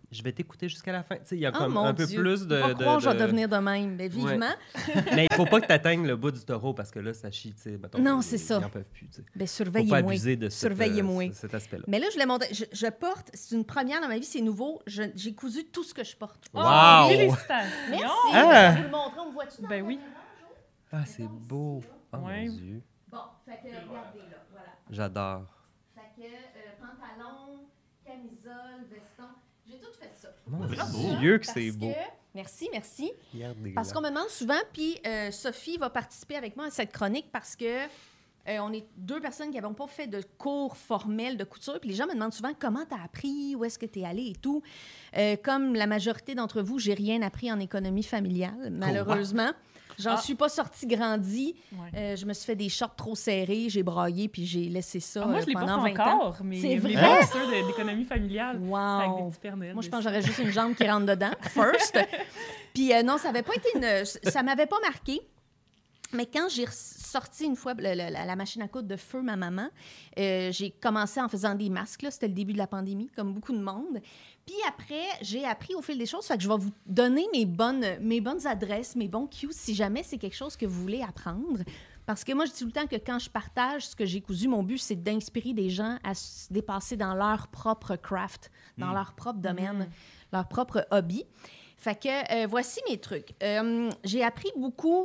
je vais t'écouter jusqu'à la fin. Tu sais, il y a Oh comme mon un peu Dieu. plus de... Pas croire que je vais devenir de même, mais vivement. Mais il faut pas que tu atteignes le bout du taureau parce que là, ça chie. Tu sais, mettons, Non, c'est ça. Ils n'en peuvent plus. Tu sais. Ben, Faut pas surveillez-moi. abuser de Surveillez-moi. cet aspect-là. Mais là, je l'ai montré. Je porte, c'est une première dans ma vie, c'est nouveau. J'ai cousu tout ce que je porte. Oh, Wow! félicitations! Merci. Ah! Je vais vous le montrer, on me voit-tu dans Ben le oui. Ah, c'est beau. Oh Ouais. mon Dieu. Bon, fait que regardez là, voilà. J'adore. Fait que pantalon, camisole, veston, j'ai tout fait ça. Mon Bravo. Dieu que Parce c'est beau. Merci, merci. Regardez Parce là. qu'on me demande souvent, puis Sophie va participer avec moi à cette chronique parce que on est deux personnes qui n'avons pas fait de cours formels de couture. Puis les gens me demandent souvent comment tu as appris, où est-ce que tu es allé et tout. Comme la majorité d'entre vous, j'ai rien appris en économie familiale, malheureusement. J'en suis pas sortie grandie. Ouais. Je me suis fait des shorts trop serrés, j'ai braillé, puis j'ai laissé ça Moi, je l'ai pas pendant fait 20 ans. encore, mais C'est les vrai? professeurs d'économie familiale avec des Wow! petits pernels. Moi, je pense que j'aurais juste une jambe qui rentre dedans, first. Puis non, ça avait pas été ça m'avait pas marqué. Mais quand j'ai sorti une fois la machine à coudre de feu ma maman, j'ai commencé en faisant des masques. Là, c'était le début de la pandémie, comme beaucoup de monde. Puis après, j'ai appris au fil des choses. Fait que je vais vous donner mes bonnes adresses, mes bons cues, si jamais c'est quelque chose que vous voulez apprendre. Parce que moi, je dis tout le temps que quand je partage ce que j'ai cousu, mon but, c'est d'inspirer des gens à se dépasser dans leur propre craft, dans leur propre domaine, leur propre hobby. Fait que voici mes trucs. J'ai appris beaucoup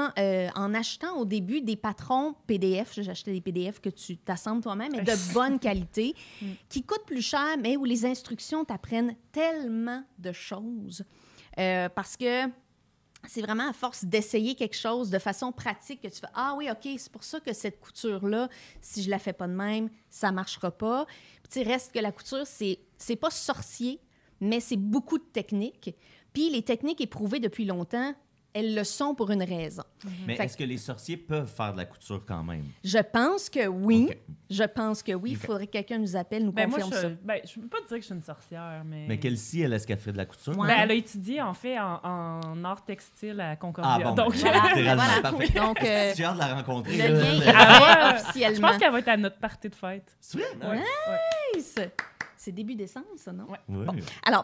en achetant au début des patrons PDF. J'achetais des PDF que tu t'assembles toi-même, mais de bonne qualité, qui coûtent plus cher, mais où les instructions t'apprennent tellement de choses. Parce que c'est vraiment à force d'essayer quelque chose de façon pratique que tu fais « Ah oui, OK, c'est pour ça que cette couture-là, si je la fais pas de même, ça ne marchera pas. » Puis tu sais, reste que la couture, c'est pas sorcier, mais c'est beaucoup de techniques. Puis les techniques éprouvées depuis longtemps, elles le sont pour une raison. Mais Fait est-ce que les sorciers peuvent faire de la couture quand même? Je pense que oui. OK. Je pense que oui. Il OK. faudrait que quelqu'un nous appelle, nous Ben, moi, confirme ça. je peux pas dire que je suis une sorcière, mais... Mais Kelsey, est-ce qu'elle fait de la couture? Ouais. Ben, elle a étudié, en fait, en art textile à Concordia. Ah bon, Donc, Voilà, littéralement, voilà. parfait. Donc, J'ai hâte de la rencontrer. le là. lien est Elle va- fait officiellement. je pense qu'elle va être à notre party de fête. C'est vrai? Ouais. C'est début décembre, ça, non? Ouais. Oui. Alors,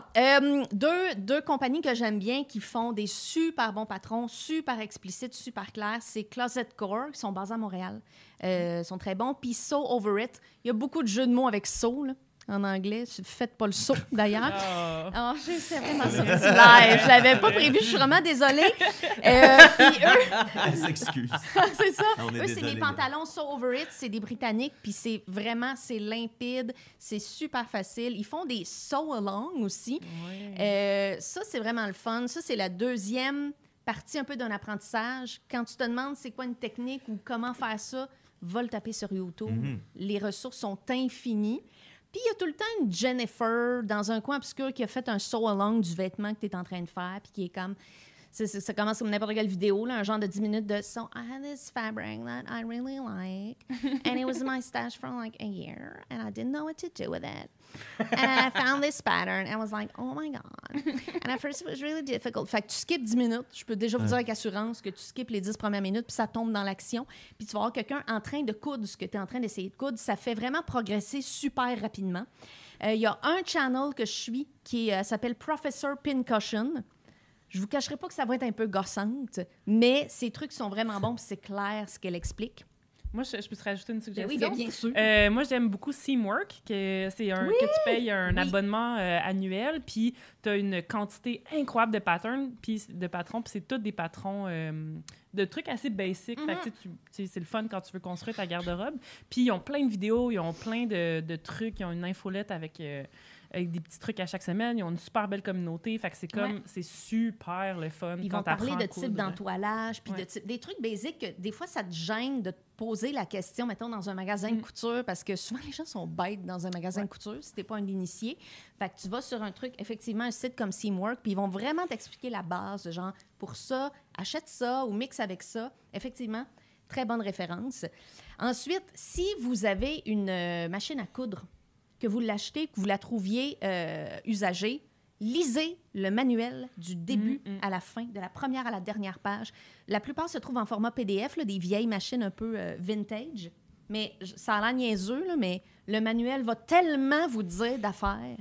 deux compagnies que j'aime bien qui font des super bons patrons, super explicites, super clairs, c'est Closet Core, qui sont basés à Montréal. Sont très bons. Puis So Over It. Il y a beaucoup de jeux de mots avec So, là, en anglais. Faites pas le saut, d'ailleurs. Ah. Oh, c'est vraiment sorti live. Je l'avais pas prévu. Je suis vraiment désolée. Puis eux, Elle s'excuse. c'est ça. On est Eux, c'est désolé, mes là. pantalons So Over It. C'est des Britanniques. Puis c'est limpide. C'est super facile. Ils font des Sew Along aussi. Ça, c'est vraiment le fun. Ça, c'est la deuxième partie un peu d'un apprentissage. Quand tu te demandes c'est quoi une technique ou comment faire ça, va le taper sur YouTube. Mhm. Les ressources sont infinies. Puis il y a tout le temps une Jennifer dans un coin obscur qui a fait un sew-along du vêtement que tu es en train de faire, puis qui est comme... Ça commence comme n'importe quelle vidéo, là, un genre de 10 minutes de « So, I had this fabric that I really like, and it was my stash for like a year, and I didn't know what to do with it. And I found this pattern, and I was like, oh my God. And at first, it was really difficult. » Fait que tu skippes 10 minutes. Je peux déjà vous dire avec assurance que tu skippes les 10 premières minutes, puis ça tombe dans l'action. Puis tu vas voir quelqu'un en train de coudre ce que tu es en train d'essayer de coudre. Ça fait vraiment progresser super rapidement. Il y a un channel que je suis qui s'appelle Professor Pincushion. Je vous cacherai pas que ça va être un peu gossante, mais ces trucs sont vraiment bons, puis c'est clair ce qu'elle explique. Moi, je peux te rajouter une Ben suggestion. oui, bien sûr. Moi, j'aime beaucoup Seamwork, que tu payes un abonnement annuel, puis tu as une quantité incroyable de patrons, puis c'est tous des patrons de trucs assez basiques. Fait que, tu sais, c'est le fun quand tu veux construire ta garde-robe. Puis ils ont plein de vidéos, ils ont plein de trucs, ils ont une infolette avec des petits trucs à chaque semaine. Ils ont une super belle communauté. Fait que c'est comme, c'est super le fun. Ils quand vont parler t'apprends de à type coudre. d'entoilage, puis des trucs basiques que des fois, ça te gêne de te poser la question, mettons, dans un magasin de couture, parce que souvent, les gens sont bêtes dans un magasin de couture si t'es pas un initié. Fait que tu vas sur un truc, effectivement, un site comme Seamwork, puis ils vont vraiment t'expliquer la base, genre, pour ça, achète ça ou mixe avec ça. Effectivement, très bonne référence. Ensuite, si vous avez une machine à coudre, que vous l'achetez, que vous la trouviez usagée, lisez le manuel du début à la fin, de la première à la dernière page. La plupart se trouvent en format PDF, là, des vieilles machines un peu vintage. Mais ça a l'air niaiseux, là, mais le manuel va tellement vous dire d'affaires.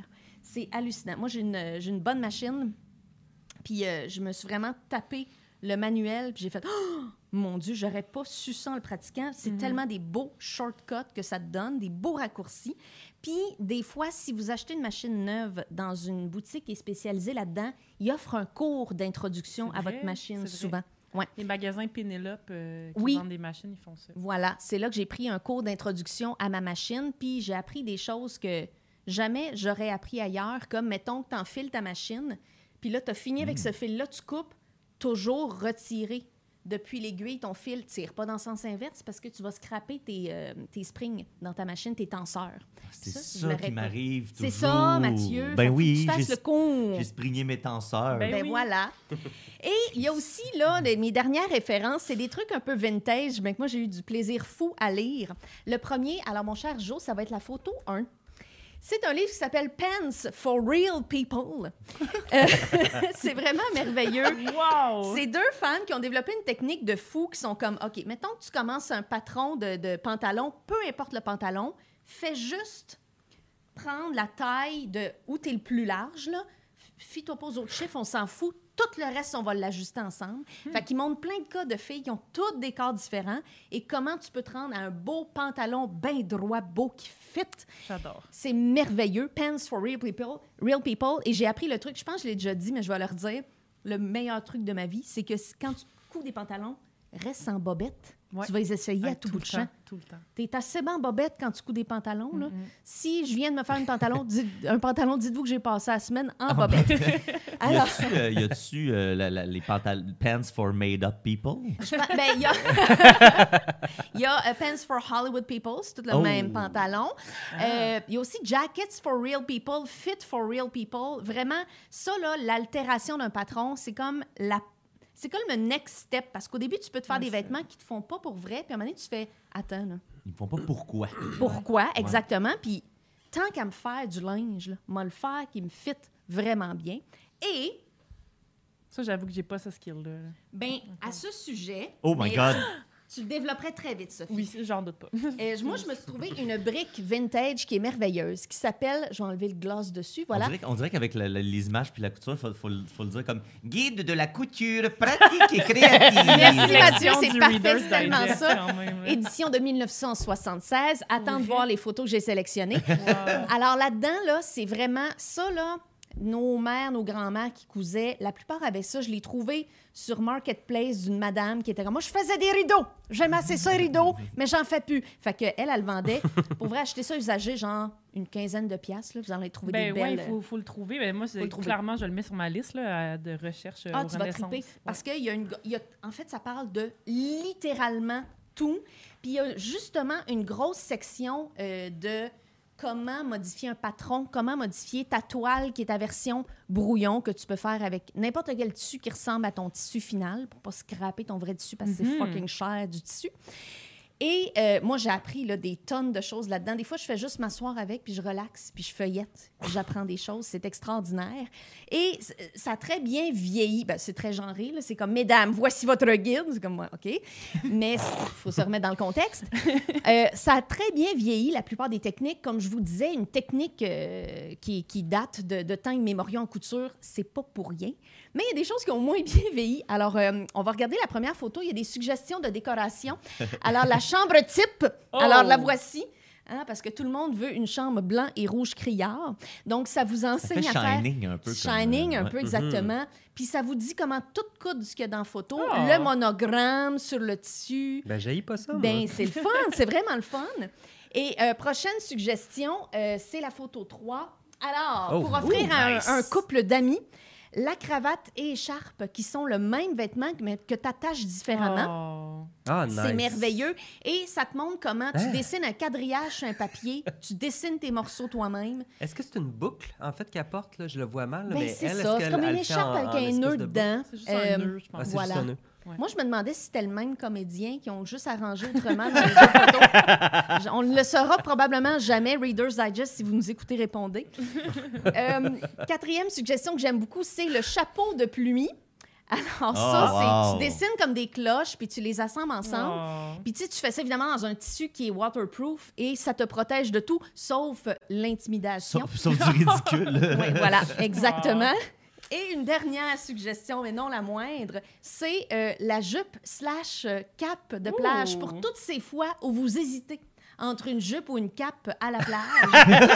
C'est hallucinant. Moi, j'ai une bonne machine, puis je me suis vraiment tapé le manuel, puis j'ai fait oh, mon Dieu, j'aurais pas su ça en le pratiquant. C'est tellement des beaux shortcuts que ça te donne, des beaux raccourcis. Puis des fois, si vous achetez une machine neuve dans une boutique qui est spécialisée là-dedans, ils offrent un cours d'introduction à votre machine souvent. Ouais. Les magasins Pénélope qui vendent des machines, ils font ça. Voilà, c'est là que j'ai pris un cours d'introduction à ma machine, puis j'ai appris des choses que jamais j'aurais appris ailleurs, comme, mettons que tu enfiles ta machine, puis là, tu as fini avec ce fil-là, tu coupes, toujours retirer depuis l'aiguille, ton fil ne tire pas dans le sens inverse parce que tu vas scraper tes springs dans ta machine, tes tenseurs. C'est ça qui m'arrive toujours. C'est ça, Mathieu. Ben oui, tu fasses le con. J'ai springé mes tenseurs. Ben oui. Voilà. Et il y a aussi, là, mes dernières références, c'est des trucs un peu vintage, mais que moi, j'ai eu du plaisir fou à lire. Le premier, alors mon cher Joe, ça va être la photo 1. C'est un livre qui s'appelle Pants for Real People. C'est vraiment merveilleux. Wow! C'est deux femmes qui ont développé une technique de fou qui sont comme, OK, mettons que tu commences un patron de pantalon, peu importe le pantalon, fais juste prendre la taille de où tu es le plus large, là. Fie-toi pas aux autres chiffres, on s'en fout. Tout le reste, on va l'ajuster ensemble. Fait qu'ils montrent plein de cas de filles qui ont tous des corps différents et comment tu peux te rendre à un beau pantalon bien droit, beau, qui fit. J'adore. C'est merveilleux. Pants for Real People. Et j'ai appris le truc, je pense que je l'ai déjà dit, mais je vais leur dire, le meilleur truc de ma vie, c'est que quand tu couds des pantalons, reste sans bobette. Ouais. Tu vas les essayer à tout bout de champ. Tout le temps. Tu es assez bon bobette quand tu couds des pantalons. Là. Si je viens de me faire un pantalon, dites-vous que j'ai passé la semaine en bobette. Alors, Y a-tu les pants for made-up people? il y a Pants for Hollywood People, c'est tout le même pantalon. Il y a aussi Jackets for Real People, Fit for Real People. Vraiment, ça, là, l'altération d'un patron, c'est comme le next step, parce qu'au début, tu peux te faire des vêtements qui te font pas pour vrai, puis à un moment donné, tu fais « Attends, là. » Ils me font pas pourquoi. Pourquoi, exactement. Puis tant qu'à me faire du linge, moi le faire qui me fit vraiment bien. Et, ça, j'avoue que j'ai pas ce skill-là. ben à ce sujet... Oh my God! Tu le développerais très vite, Sophie. Oui, j'en doute pas. Moi, je me suis trouvé une brique vintage qui est merveilleuse, qui s'appelle... Je vais enlever le gloss dessus, voilà. On dirait qu'avec les images puis la couture, il faut le dire comme « Guide de la couture pratique et créative ». Merci Mathieu, L'édition c'est du parfait, Reader's c'est tellement Digest, ça. quand même, là. Édition de 1976. Attends de voir les photos que j'ai sélectionnées. Wow. Alors là-dedans, là, c'est vraiment ça, là. Nos mères, nos grands-mères qui cousaient, la plupart avaient ça. Je l'ai trouvé sur Marketplace d'une madame qui était comme moi, je faisais des rideaux. J'aime assez ça, les rideaux, mais j'en fais plus. Fait qu'elle, elle vendait. Pour vrai, acheter ça usagé, genre une quinzaine de piastres. Là, vous en allez trouver des belles. Oui, il faut le trouver. Mais moi, clairement, je le mets sur ma liste là, de recherche tu au vas Renaissance. triper. Parce qu'il y a en fait, ça parle de littéralement tout. Puis il y a justement une grosse section de comment modifier un patron, comment modifier ta toile qui est ta version brouillon que tu peux faire avec n'importe quel tissu qui ressemble à ton tissu final pour pas scraper ton vrai tissu parce que c'est fucking cher du tissu. Et moi, j'ai appris là, des tonnes de choses là-dedans. Des fois, je fais juste m'asseoir avec, puis je relaxe, puis je feuillette. J'apprends des choses. C'est extraordinaire. Et ça a très bien vieilli. Ben, c'est très genré. Là. C'est comme, mesdames, voici votre guide. C'est comme, ouais, OK. Mais il faut se remettre dans le contexte. Ça a très bien vieilli, la plupart des techniques. Comme je vous disais, une technique qui date de temps immémoriaux en couture, c'est pas pour rien. Mais il y a des choses qui ont moins bien vieilli. Alors, on va regarder la première photo. Il y a des suggestions de décoration. Alors, la chambre type. Oh! Alors, la voici. Hein, parce que tout le monde veut une chambre blanc et rouge criard. Donc, ça vous enseigne ça fait à faire... Shining un peu. Shining, un peu, exactement. Puis, ça vous dit comment tout coudre ce qu'il y a dans la photo. Le monogramme sur le tissu. Ben, j'haïs pas ça, moi. Ben, c'est le fun. C'est vraiment le fun. Et prochaine suggestion, c'est la photo 3. Alors, pour offrir un couple d'amis, la cravate et écharpe qui sont le même vêtement mais que tu attaches différemment. Ah, nice. C'est merveilleux. Et ça te montre comment tu dessines un quadrillage sur un papier, tu dessines tes morceaux toi-même. Est-ce que c'est une boucle, en fait, qu'elle porte? Là? Je le vois mal. Ben, Mais c'est elle, ça. est-ce C'est comme une qu'elle le fait écharpe avec un espèce nœud de boucle? dedans. C'est juste un nœud, je pense. Ah, c'est Voilà. juste un nœud. Ouais. Moi, je me demandais si c'était le même comédien qui ont juste arrangé autrement dans les deux photos. On ne le saura probablement jamais, Reader's Digest, si vous nous écoutez, répondez. Quatrième suggestion que j'aime beaucoup, c'est le chapeau de pluie. Alors ça, wow. tu dessines comme des cloches, puis tu les assembles ensemble. Oh. Puis tu fais ça évidemment dans un tissu qui est waterproof et ça te protège de tout, sauf l'intimidation. Sauf du ridicule. Oui, voilà, exactement. Et une dernière suggestion, mais non la moindre, c'est la jupe/cape de plage Ouh. pour toutes ces fois où vous hésitez entre une jupe ou une cape à la plage.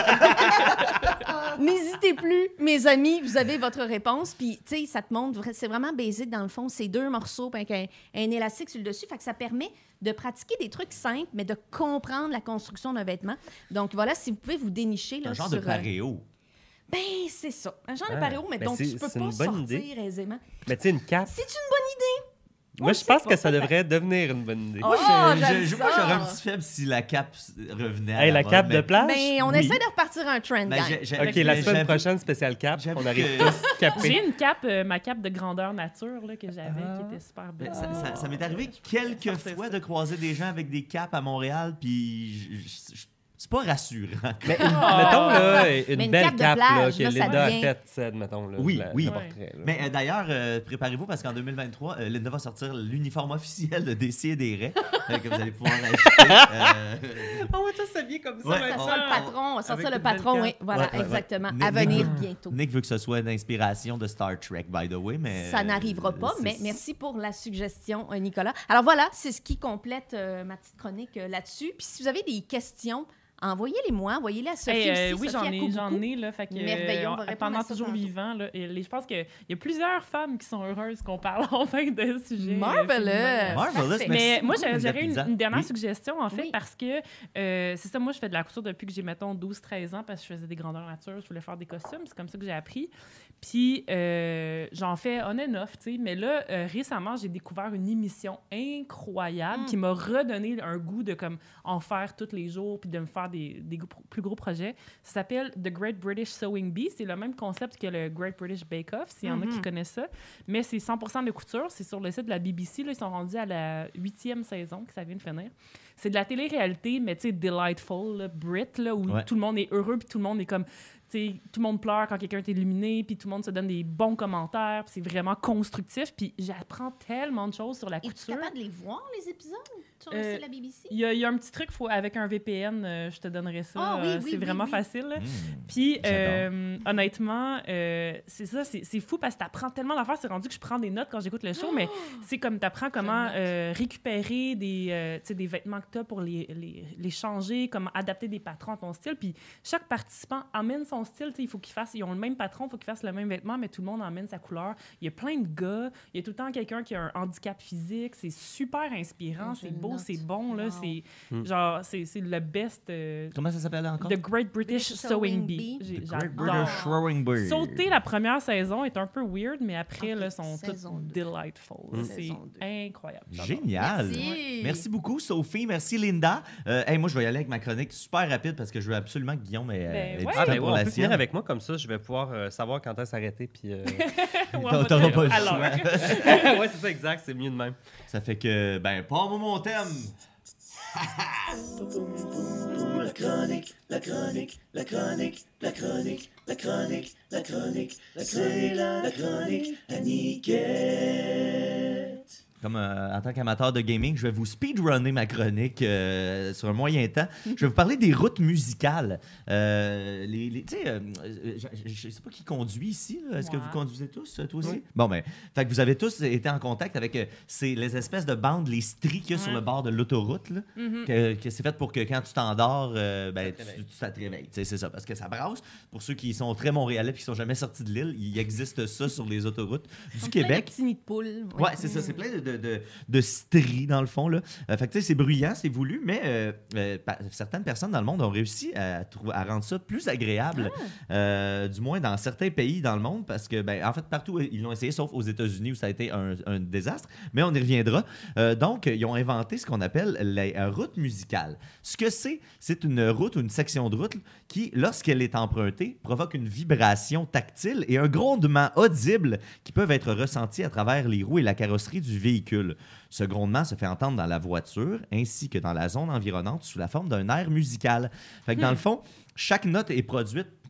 N'hésitez plus, mes amis, vous avez votre réponse. Puis, tu sais, ça te montre, c'est vraiment basique dans le fond. C'est 2 morceaux avec un élastique sur le dessus. Fait que ça permet de pratiquer des trucs simples, mais de comprendre la construction d'un vêtement. Donc, voilà, si vous pouvez vous dénicher. Là, Un genre sur, de paréo. Ben, c'est ça. Un genre de Ah, paréo, mais ben dont c'est- tu peux c'est pas une bonne sortir idée. aisément. Mais tu sais, une cape. C'est une bonne idée. Moi, On je sait pense pas, que ça peut-être. devrait devenir une bonne idée. Moi, j'aime moi, j'aurais un ça. petit faible si la cape revenait à Hey, la mode, cape de mais- plage? Ben, on Oui. essaie de repartir un trend, Ben, gang. OK, la semaine j'avoue- prochaine, spécial cap. j'avoue On arrive que- tous capés. J'ai une cape, ma cape de grandeur nature là, que j'avais, Ah. qui était super Ben, belle. ça m'est arrivé quelques Sortez fois ça. de croiser des gens avec des capes à Montréal, puis c'est pas rassurant. Mais mettons, là, Mais une une belle cape de cape là, plage, que là, ça Linda a devient- faite, celle, mettons. Là, Oui, oui. le portrait, là. Mais d'ailleurs, préparez-vous parce qu'en 2023, Linda va sortir l'uniforme officiel de Décideret que vous allez pouvoir acheter. On va tous s'habiller comme ça. Ouais. Ça maintenant. sera le patron, ça Avec sera le une belle patron, cape. oui. Voilà, Ouais, ouais, exactement. ouais. À Nick venir veut- bientôt. Nick veut que ce soit une inspiration de Star Trek, by the way, mais... Ça n'arrivera pas, c'est- mais merci pour la suggestion, Nicolas. Alors voilà, c'est ce qui complète ma petite chronique là-dessus. Puis si vous avez des questions, envoyez-les-moi, envoyez-les à Sophie Hey, aussi. oui, Sophie, elle coupe j'en beaucoup. ai, là. Fait que, Merveilleux, on va répondre pendant à ça toujours tantôt. vivant, là. Et je pense qu'il y a plusieurs femmes qui sont heureuses qu'on parle enfin de sujets. Marvelous. féminins. Marvelous, Parfait. merci Mais moi, beaucoup, Linda j'aurais Pizza. une dernière Oui. suggestion, en fait, Oui. parce que c'est ça, moi, je fais de la couture depuis que j'ai, mettons, 12-13 ans, parce que je faisais des grandeurs nature, je voulais faire des costumes, c'est comme ça que j'ai appris. Puis, j'en fais on and off, tu sais. Mais là, récemment, j'ai découvert une émission incroyable qui m'a redonné un goût de comme en faire tous les jours puis de me faire des plus gros projets. Ça s'appelle The Great British Sewing Bee. C'est le même concept que le Great British Bake Off, s'il y en a qui connaissent ça. Mais c'est 100% de couture. C'est sur le site de la BBC. Là, ils sont rendus à la 8e saison, que ça vient de finir. C'est de la télé-réalité, mais tu sais, delightful, là, Brit, là, où Ouais. tout le monde est heureux puis tout le monde est comme... T'sais, tout le monde pleure quand quelqu'un est illuminé, puis tout le monde se donne des bons commentaires, puis c'est vraiment constructif, puis j'apprends tellement de choses sur la Es-tu couture. capable de les voir, les épisodes, sur le site de la BBC? Il y a un petit truc, avec un VPN, je te donnerai ça. Ah oui, oui, c'est oui, vraiment oui. facile. là. Mmh, Puis, j'adore. honnêtement, c'est ça, c'est fou parce que tu apprends tellement d'affaires. C'est rendu que je prends des notes quand j'écoute le show, mais c'est comme tu apprends comment récupérer des vêtements que tu as pour les changer, comment adapter des patrons à ton style. Puis chaque participant amène son style. Il faut ils ont le même patron, il faut qu'ils fassent le même vêtement, mais tout le monde emmène sa couleur. Il y a plein de gars. Il y a tout le temps quelqu'un qui a un handicap physique. C'est super inspirant. Je C'est beau, note. c'est bon. Là, Wow. c'est le best. Comment ça s'appelle encore? The Great British British Sewing Sewing Bee. Bee. J'ai- The Great j'adore. British Sewing Bee. Sauter la première saison est un peu weird, mais après, Ok, là, sont saison toutes deux. delightful. C'est Saison deux. incroyable. J'adore. Génial. Merci. Merci beaucoup, Sophie. Merci, Linda. Hey, moi, je vais y aller avec ma chronique super rapide parce que je veux absolument que Guillaume ait Ben, ait du ouais. temps Ah, ben pour ouais, on la peut finir sienne. avec moi comme ça, je vais pouvoir savoir quand est-ce s'arrêter. Puis, Ouais, T'auras on va pas le dire- choix. alors. ouais, c'est ça, exact, c'est mieux de même. Ça fait que, ben, pas mon thème. Comme en tant qu'amateur de gaming, je vais vous speedrunner ma chronique sur un moyen temps. Je vais vous parler des routes musicales. Tu sais, je sais pas qui conduit ici. là. Est-ce que Moi. vous conduisez tous, toi aussi? Oui. Bon, ben, fait que vous avez tous été en contact avec les espèces de bandes, les stries qu'il y a sur Ouais. le bord de l'autoroute, là, que c'est fait pour que quand tu t'endors, ben, ça te réveille. Tu sais, c'est ça, parce que ça brasse. Pour ceux qui sont très montréalais et qui sont jamais sortis de l'île, il existe ça sur les autoroutes du Plein Québec. de petits nids de poules. oui. Ouais, c'est ça. C'est plein de stries, dans le fond. Là. Fait que, tu sais, c'est bruyant, c'est voulu, mais certaines personnes dans le monde ont réussi à rendre ça plus agréable, du moins dans certains pays dans le monde, parce que, ben, en fait, partout, ils l'ont essayé, sauf aux États-Unis où ça a été un désastre, mais on y reviendra. Donc, ils ont inventé ce qu'on appelle la route musicale. Ce que c'est une route ou une section de route qui, lorsqu'elle est empruntée, provoque une vibration tactile et un grondement audible qui peuvent être ressentis à travers les roues et la carrosserie du véhicule. Ce grondement se fait entendre dans la voiture ainsi que dans la zone environnante sous la forme d'un air musical. Fait que dans le fond, chaque note est produite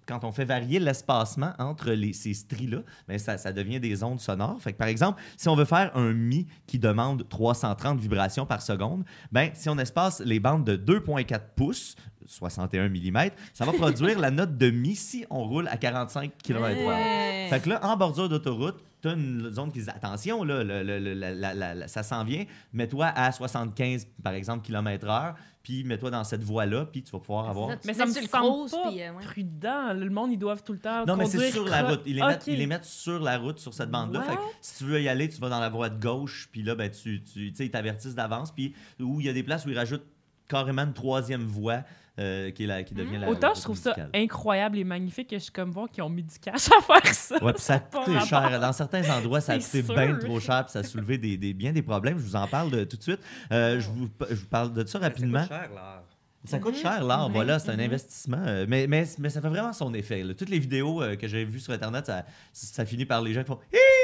quand on fait varier l'espacement entre ces stries-là, ben ça devient des ondes sonores. Fait que, par exemple, si on veut faire un mi qui demande 330 vibrations par seconde, ben, si on espace les bandes de 2,4 pouces, 61 mm, ça va produire la note de mi si on roule à 45 km/h. Fait que là, en bordure d'autoroute, tu as une zone qui dit attention, là, ça s'en vient, mets-toi à 75 par exemple km/h, puis mets-toi dans cette voie-là, puis tu vas pouvoir avoir. Mais ça me semble pas prudent. Le monde, ils doivent tout le temps non, mais conduire c'est sur la route. Ils les mettent sur la route, sur cette bande-là. Fait que si tu veux y aller, tu vas dans la voie de gauche, puis là, ben, tu sais, ils t'avertissent d'avance, puis où il y a des places où ils rajoutent carrément une troisième voie qui devient la autant je trouve musicale. Ça incroyable et magnifique que je suis comme voir qu'ils ont mis du cash à faire ça. Ouais, puis ça a coûté cher. Dans certains endroits, ça a coûté bien trop cher, puis ça a soulevé bien des problèmes. Je vous en parle tout de suite. Je vous parle de ça rapidement. Ça coûte cher, l'art. Ça coûte cher, l'art, voilà, c'est un investissement. Mais ça fait vraiment son effet. Là. Toutes les vidéos que j'ai vues sur Internet, ça finit par les gens qui font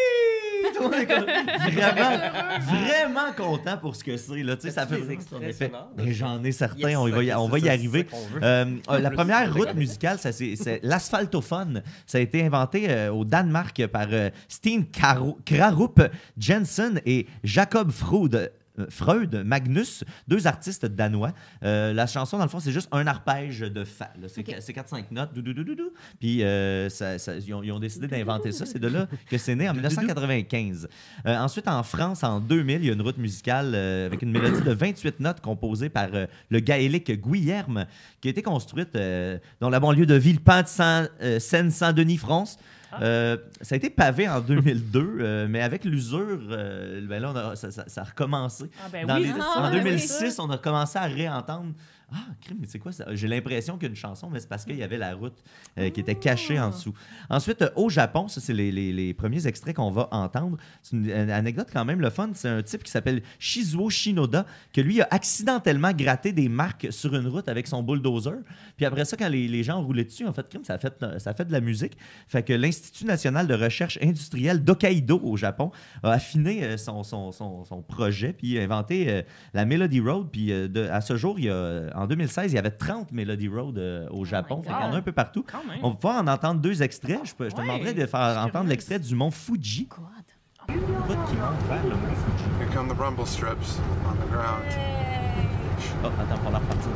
vraiment content pour ce que c'est. Là. Ça fait son effet. Mais j'en ai certains, yes, on va y arriver. La première route musicale, c'est l'asphaltophone. Ça a été inventé au Danemark par Steen Krarup Jensen et Jacob Freud, Magnus, deux artistes danois. La chanson, dans le fond, c'est juste un arpège de fa. C'est 4-5 notes. Puis ils ont décidé d'inventer ça. C'est de là que c'est né en 1995. Ensuite, en France, en 2000, il y a une route musicale avec une mélodie de 28 notes composée par le gaélique Guilherme, qui a été construite dans la banlieue de Villepin de Seine-Saint-Denis, France. Ça a été pavé en 2002, mais avec l'usure, ben là, ça a recommencé. En 2006, on a commencé à réentendre. Ah, crime, mais c'est quoi ça? J'ai l'impression qu'il y a une chanson, mais c'est parce qu'il y avait la route qui était cachée en dessous. Ensuite, au Japon, ça, c'est les premiers extraits qu'on va entendre. C'est une anecdote quand même, le fun. C'est un type qui s'appelle Shizuo Shinoda, que lui a accidentellement gratté des marques sur une route avec son bulldozer. Puis après ça, quand les gens ont roulé dessus, en fait, crime, ça a fait de la musique. Fait que l'Institut national de recherche industrielle d'Hokkaido, au Japon, a affiné son projet, puis inventé la Melody Road. Puis à ce jour, en 2016, il y avait 30 Melody Road au Japon. Fait qu'il y en a un peu partout. On va pouvoir en entendre deux extraits. Je te demanderais de faire entendre l'extrait du mont Fuji. Une route qui monte vers le mont Fuji. Here come the rumble strips on the ground. Oh, attends, il va falloir repartir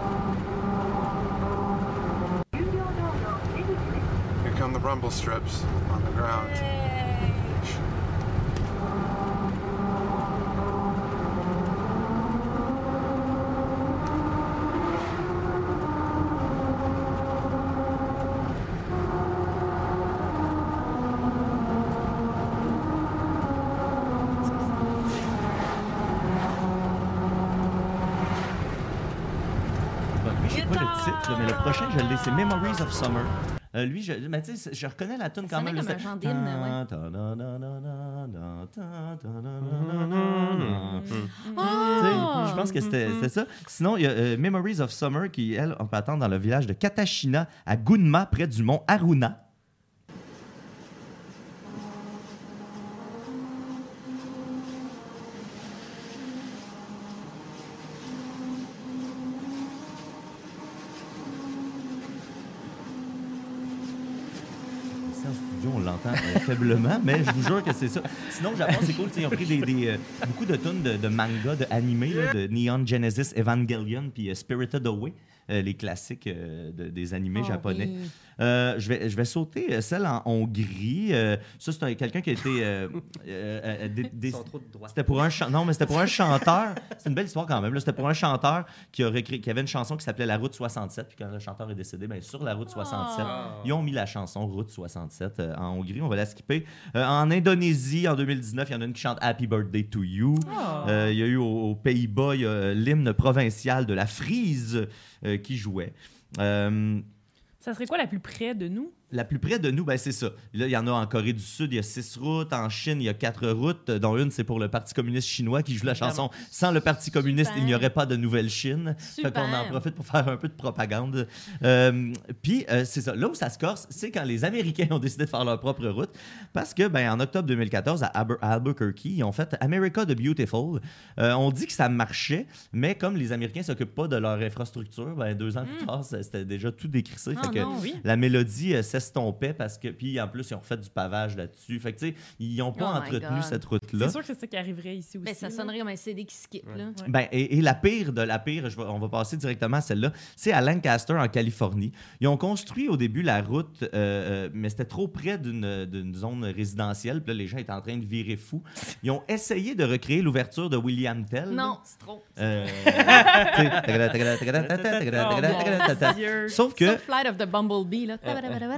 du début. Here come the rumble strips on the ground. Mais le prochain, je l'ai, c'est Memories of Summer. Lui, je reconnais la tune quand même. Comme un genre d'hymne, Je pense que c'était ça. Sinon, il y a Memories of Summer qui, elle, on peut attendre dans le village de Katashina, à Gunma, près du mont Haruna. On l'entend faiblement, mais je vous jure que c'est ça. Sinon, au Japon, c'est cool. Ils ont pris beaucoup de tunes de manga, de animés, de Neon Genesis Evangelion, puis Spirited Away, les classiques des animés japonais. Oui. Je vais sauter celle en Hongrie. Ça, c'est quelqu'un qui a été... C'était pour un chanteur. C'est une belle histoire quand même. Là. C'était pour un chanteur qui avait une chanson qui s'appelait La Route 67. Puis quand le chanteur est décédé, bien, sur la Route 67, ils ont mis la chanson Route 67 en Hongrie. On va la skipper. En Indonésie, en 2019, il y en a une qui chante Happy Birthday to You. Il y a eu aux Pays-Bas, il y a l'hymne provincial de la Frise qui jouait. Ça serait quoi la plus près de nous? La plus près de nous, ben c'est ça. Là, il y en a en Corée du Sud, il y a 6 routes. En Chine, il y a 4 routes, dont une, c'est pour le Parti communiste chinois qui joue la chanson « Sans le Parti communiste, Super. il n'y aurait pas de nouvelle Chine ». Fait qu'on en profite pour faire un peu de propagande. Puis, c'est ça. Là où ça se corse, c'est quand les Américains ont décidé de faire leur propre route. Parce que, ben, en octobre 2014, à Albuquerque, ils ont fait « America the Beautiful ». On dit que ça marchait, mais comme les Américains ne s'occupent pas de leur infrastructure, ben, 2 ans plus tard, c'était déjà tout décrissé. Fait que la mélodie s'estompait parce que... Puis, en plus, ils ont refait du pavage là-dessus. Fait que, tu sais, ils n'ont pas entretenu cette route-là. C'est sûr que c'est ça qui arriverait ici aussi. Ben, ça sonnerait comme un CD qui skip, là. Ben, et la pire de la pire, on va passer directement à celle-là, c'est à Lancaster, en Californie. Ils ont construit au début la route, mais c'était trop près d'une zone résidentielle. Puis là, les gens étaient en train de virer fous. Ils ont essayé de recréer l'ouverture de William Tell. Non, c'est trop. Sauf que... Sauf Flight of the Bumblebee, là.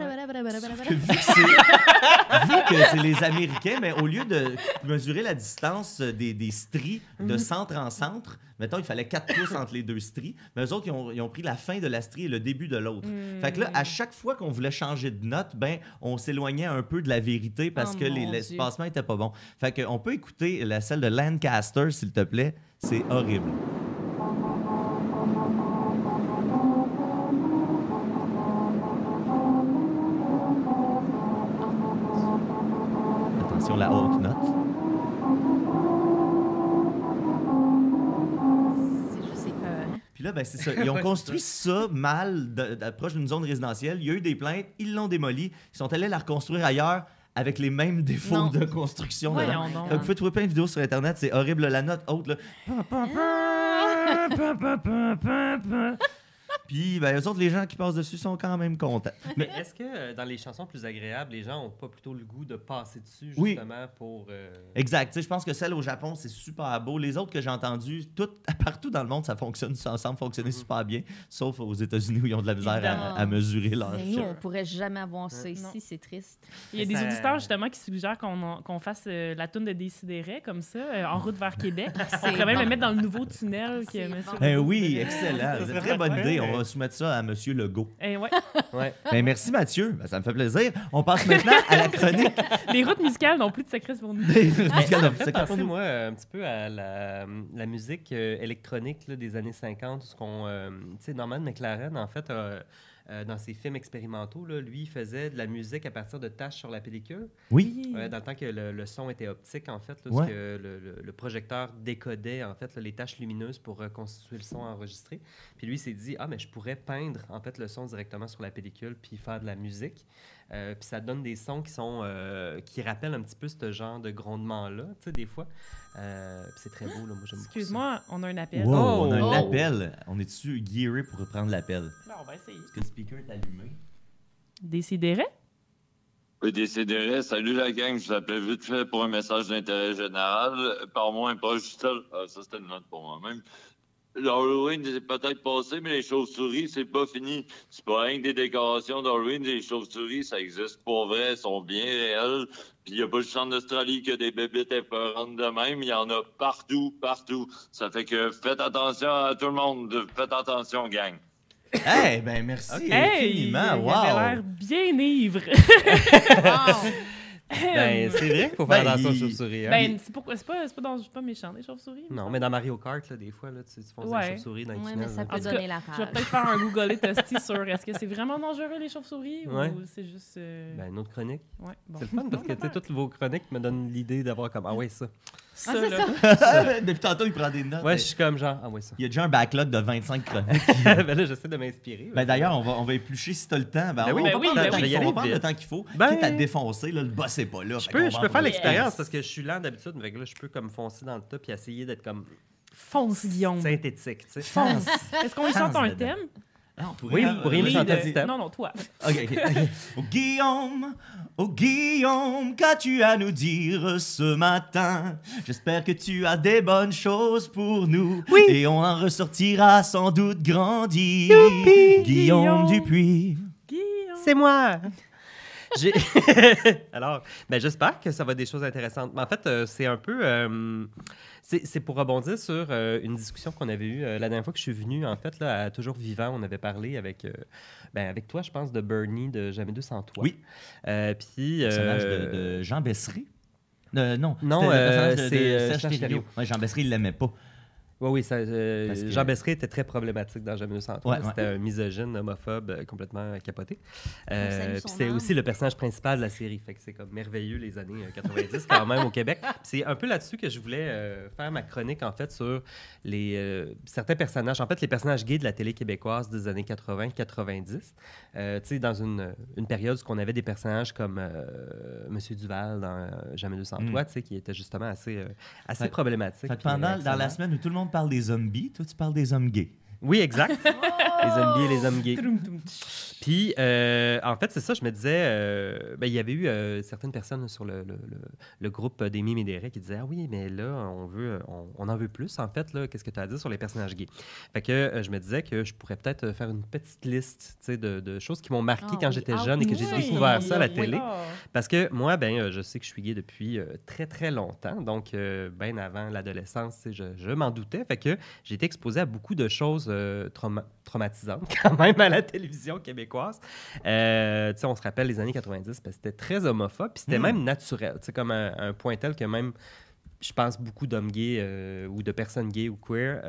Vu que c'est les Américains, mais au lieu de mesurer la distance des stries de centre en centre, mettons, il fallait 4 pouces entre les 2 stries, mais eux autres, ils ont pris la fin de la strie et le début de l'autre. Fait que là, à chaque fois qu'on voulait changer de note, ben, on s'éloignait un peu de la vérité parce que l'espacement était pas bon. Fait qu'on peut écouter celle de Lancaster, s'il te plaît. C'est horrible. Attention, la haute note. Puis là, ben, c'est ça. Ils ont construit ça mal, proche d'une zone résidentielle. Il y a eu des plaintes, ils l'ont démoli. Ils sont allés la reconstruire ailleurs avec les mêmes défauts de construction. Vous pouvez trouver plein de vidéos sur Internet. C'est horrible. La note haute, là. Puis, ben, eux autres, les gens qui passent dessus sont quand même contents. Mais est-ce que dans les chansons plus agréables, les gens n'ont pas plutôt le goût de passer dessus, justement, pour... Exact. Tu sais, je pense que celle au Japon, c'est super beau. Les autres que j'ai entendues, partout dans le monde, ça semble fonctionner super bien, sauf aux États-Unis où ils ont de la misère à mesurer leur... Mais nous, on pourrait jamais avoir ça ici, c'est triste. Il y a des auditeurs, justement, qui suggèrent qu'on fasse la toune de Décideret, comme ça, en route vers Québec. On pourrait même le mettre dans le nouveau tunnel que oui, excellent. C'est une très bonne idée. On va soumettre ça à M. Legault. Ouais. Ben, merci, Mathieu. Ben, ça me fait plaisir. On passe maintenant à la chronique. Les routes musicales n'ont plus de secrets pour nous. Moi, un petit peu à la musique électronique là, des années 50, ce qu'on... tu sais, Norman McLaren, en fait, dans ses films expérimentaux, là, lui, il faisait de la musique à partir de taches sur la pellicule. Oui. Dans le temps que le son était optique, en fait, là, que le projecteur décodait, en fait, là, les taches lumineuses pour reconstituer le son enregistré. Puis lui, il s'est dit, mais je pourrais peindre, en fait, le son directement sur la pellicule puis faire de la musique. Puis ça donne des sons qui rappellent un petit peu ce genre de grondement-là, tu sais, des fois. Puis c'est très beau, là. Moi, j'aime beaucoup ça. Excuse-moi, on a un appel. Wow, on a un appel. On est-tu gearé pour reprendre l'appel? Non, on va essayer. Est-ce que le speaker est allumé? Décideret? Oui, Décideret. Salut la gang. Je vous appelais vite fait pour un message d'intérêt général. Par moi, pas juste ça. Ça, c'était une note pour moi-même. L'Halloween, c'est peut-être passé, mais les chauves-souris, c'est pas fini. C'est pas rien que des décorations d'Halloween. Les chauves-souris, ça existe pour vrai. Elles sont bien réelles. Puis il n'y a pas juste en Australie que des bébites épeurantes de même. Il y en a partout, partout. Ça fait que faites attention à tout le monde. Faites attention, gang. Eh ben merci infiniment. Il avait l'air bien ivre. Ben, c'est vrai qu'il faut faire attention aux chauves-souris. Ben, c'est pas méchant, les chauves-souris. Non, mais dans Mario Kart, là, des fois, là, tu fonces des chauves-souris dans les tunnels. Mais ça peut donner la rage. Je vais peut-être faire un Google test sur est-ce que c'est vraiment dangereux, les chauves-souris, ou c'est juste... Ben, une autre chronique. Ouais, bon. C'est le fun, parce que toutes vos chroniques me donnent l'idée d'avoir comme, ça. Ça. Depuis tantôt, il prend des notes. Ouais, je suis comme genre, ça. Il y a déjà un backlog de 25 chroniques. Ben là, j'essaie de m'inspirer. Ben d'ailleurs, on va éplucher si t'as le temps. Ben, on va prendre le temps qu'il faut. Quitte à te défoncer, là, le boss est pas là. Je peux faire l'expérience parce que je suis lent d'habitude, mais là, je peux comme foncer dans le tas et essayer d'être comme... Fonce, Guillaume. Synthétique, tu sais. Fonce. Est-ce qu'on lui chante un thème? Non, oui, vous pourriez me chanter un thème. Non, toi. OK. Oh Guillaume, qu'as-tu à nous dire ce matin? J'espère que tu as des bonnes choses pour nous. Oui. Et on en ressortira sans doute grandi. Youpi, Guillaume Dupuis. C'est moi. Alors, ben, j'espère que ça va être des choses intéressantes. Mais en fait, c'est un peu... C'est pour rebondir sur une discussion qu'on avait eue la dernière fois que je suis venu, en fait, là, à Toujours Vivant. On avait parlé avec toi, je pense, de Bernie de Jamais 2 sans toi. Oui. Puis... Le personnage de Jean Bessery. Non, Non, c'était le personnage de c'est Serge Thériault. Ouais, Jean Bessery, il l'aimait pas. Oui, que- Jean Bessery était très problématique dans Jamais 2 sans toi. Ouais, C'était un misogyne, homophobe, complètement capoté. salue Puis son c'est âme. aussi le personnage principal de la série. Fait que c'est comme merveilleux les années 90 quand même au Québec. Puis c'est un peu là-dessus que je voulais faire ma chronique en fait sur certains personnages, en fait les personnages gays de la télé québécoise des années 80-90. Tu sais, dans une période où on avait des personnages comme Monsieur Duval dans Jamais 2 sans toi, tu sais, qui était justement assez Fait- problématique. Fait que pendant, puis dans la excellent. semaine où tout le monde parle des zombies, toi, tu parles des hommes gays. Oui, exact. Les zombies et les hommes gays. Puis, en fait, c'est ça, je me disais, il y avait eu certaines personnes sur le groupe des mimes et des raies qui disaient « Ah oui, mais là, on en veut plus, en fait, là, qu'est-ce que tu as à dire sur les personnages gays? » Fait que je me disais que je pourrais peut-être faire une petite liste, tu sais, de choses qui m'ont marqué quand j'étais jeune et que j'ai découvert ça à la télé. Parce que moi, je sais que je suis gay depuis très, très longtemps. Donc, bien avant l'adolescence, tu sais, je m'en doutais. Fait que j'ai été exposé à beaucoup de choses traumatisantes quand même à la télévision québécoise. Tu sais, on se rappelle les années 90, parce que c'était très homophobe, puis c'était même naturel. Tu sais, comme un point tel que même, je pense, beaucoup d'hommes gays ou de personnes gays ou queer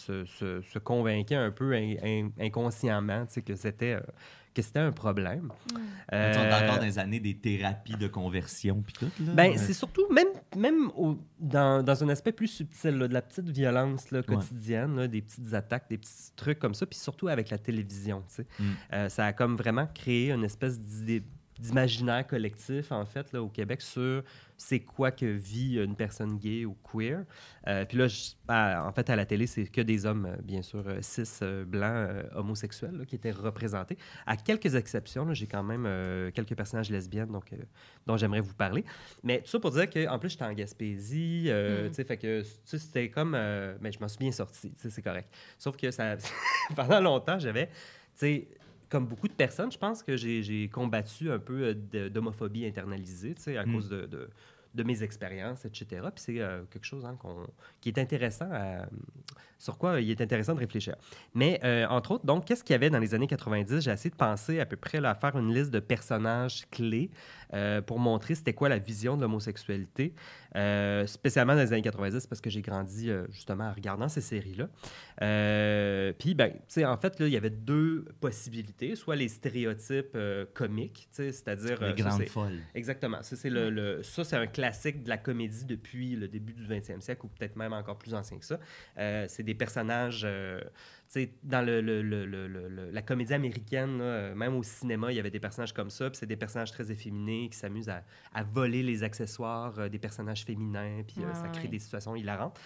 se convainquaient un peu inconsciemment, tu sais, que c'était un problème. On est encore dans les années des thérapies de conversion puis tout. Là. C'est surtout, même dans un aspect plus subtil, là, de la petite violence là, quotidienne, là, des petites attaques, des petits trucs comme ça, puis surtout avec la télévision. Tu sais. Ça a comme vraiment créé une espèce d'imaginaire collectif, en fait, là, au Québec, sur c'est quoi que vit une personne gay ou queer. Puis là, en fait, à la télé, c'est que des hommes, bien sûr, cis, blancs, homosexuels, là, qui étaient représentés. À quelques exceptions, là, j'ai quand même quelques personnages lesbiennes dont j'aimerais vous parler. Mais tout ça pour dire qu'en plus, j'étais en Gaspésie, tu sais, fait que c'était comme... mais je m'en suis bien sorti, tu sais, c'est correct. Sauf que ça pendant longtemps, j'avais... Tu sais, comme beaucoup de personnes, je pense que j'ai combattu un peu d'homophobie internalisée, tu sais, à cause de mes expériences, etc. Puis c'est quelque chose qui est intéressant, sur quoi il est intéressant de réfléchir. Mais, entre autres, donc, qu'est-ce qu'il y avait dans les années 90? J'ai essayé de penser à peu près là, à faire une liste de personnages clés pour montrer c'était quoi la vision de l'homosexualité, spécialement dans les années 90, parce que j'ai grandi justement en regardant ces séries-là. Puis, tu sais, en fait, là, il y avait deux possibilités, soit les stéréotypes comiques, tu sais, c'est-à-dire... les grandes folles. Exactement. Ça, c'est un classique de la comédie depuis le début du 20e siècle, ou peut-être même encore plus ancien que ça. C'est des personnages... tu sais, dans la comédie américaine, là, même au cinéma, il y avait des personnages comme ça, puis c'est des personnages très efféminés qui s'amusent à voler les accessoires des personnages féminins, puis ça crée des situations hilarantes.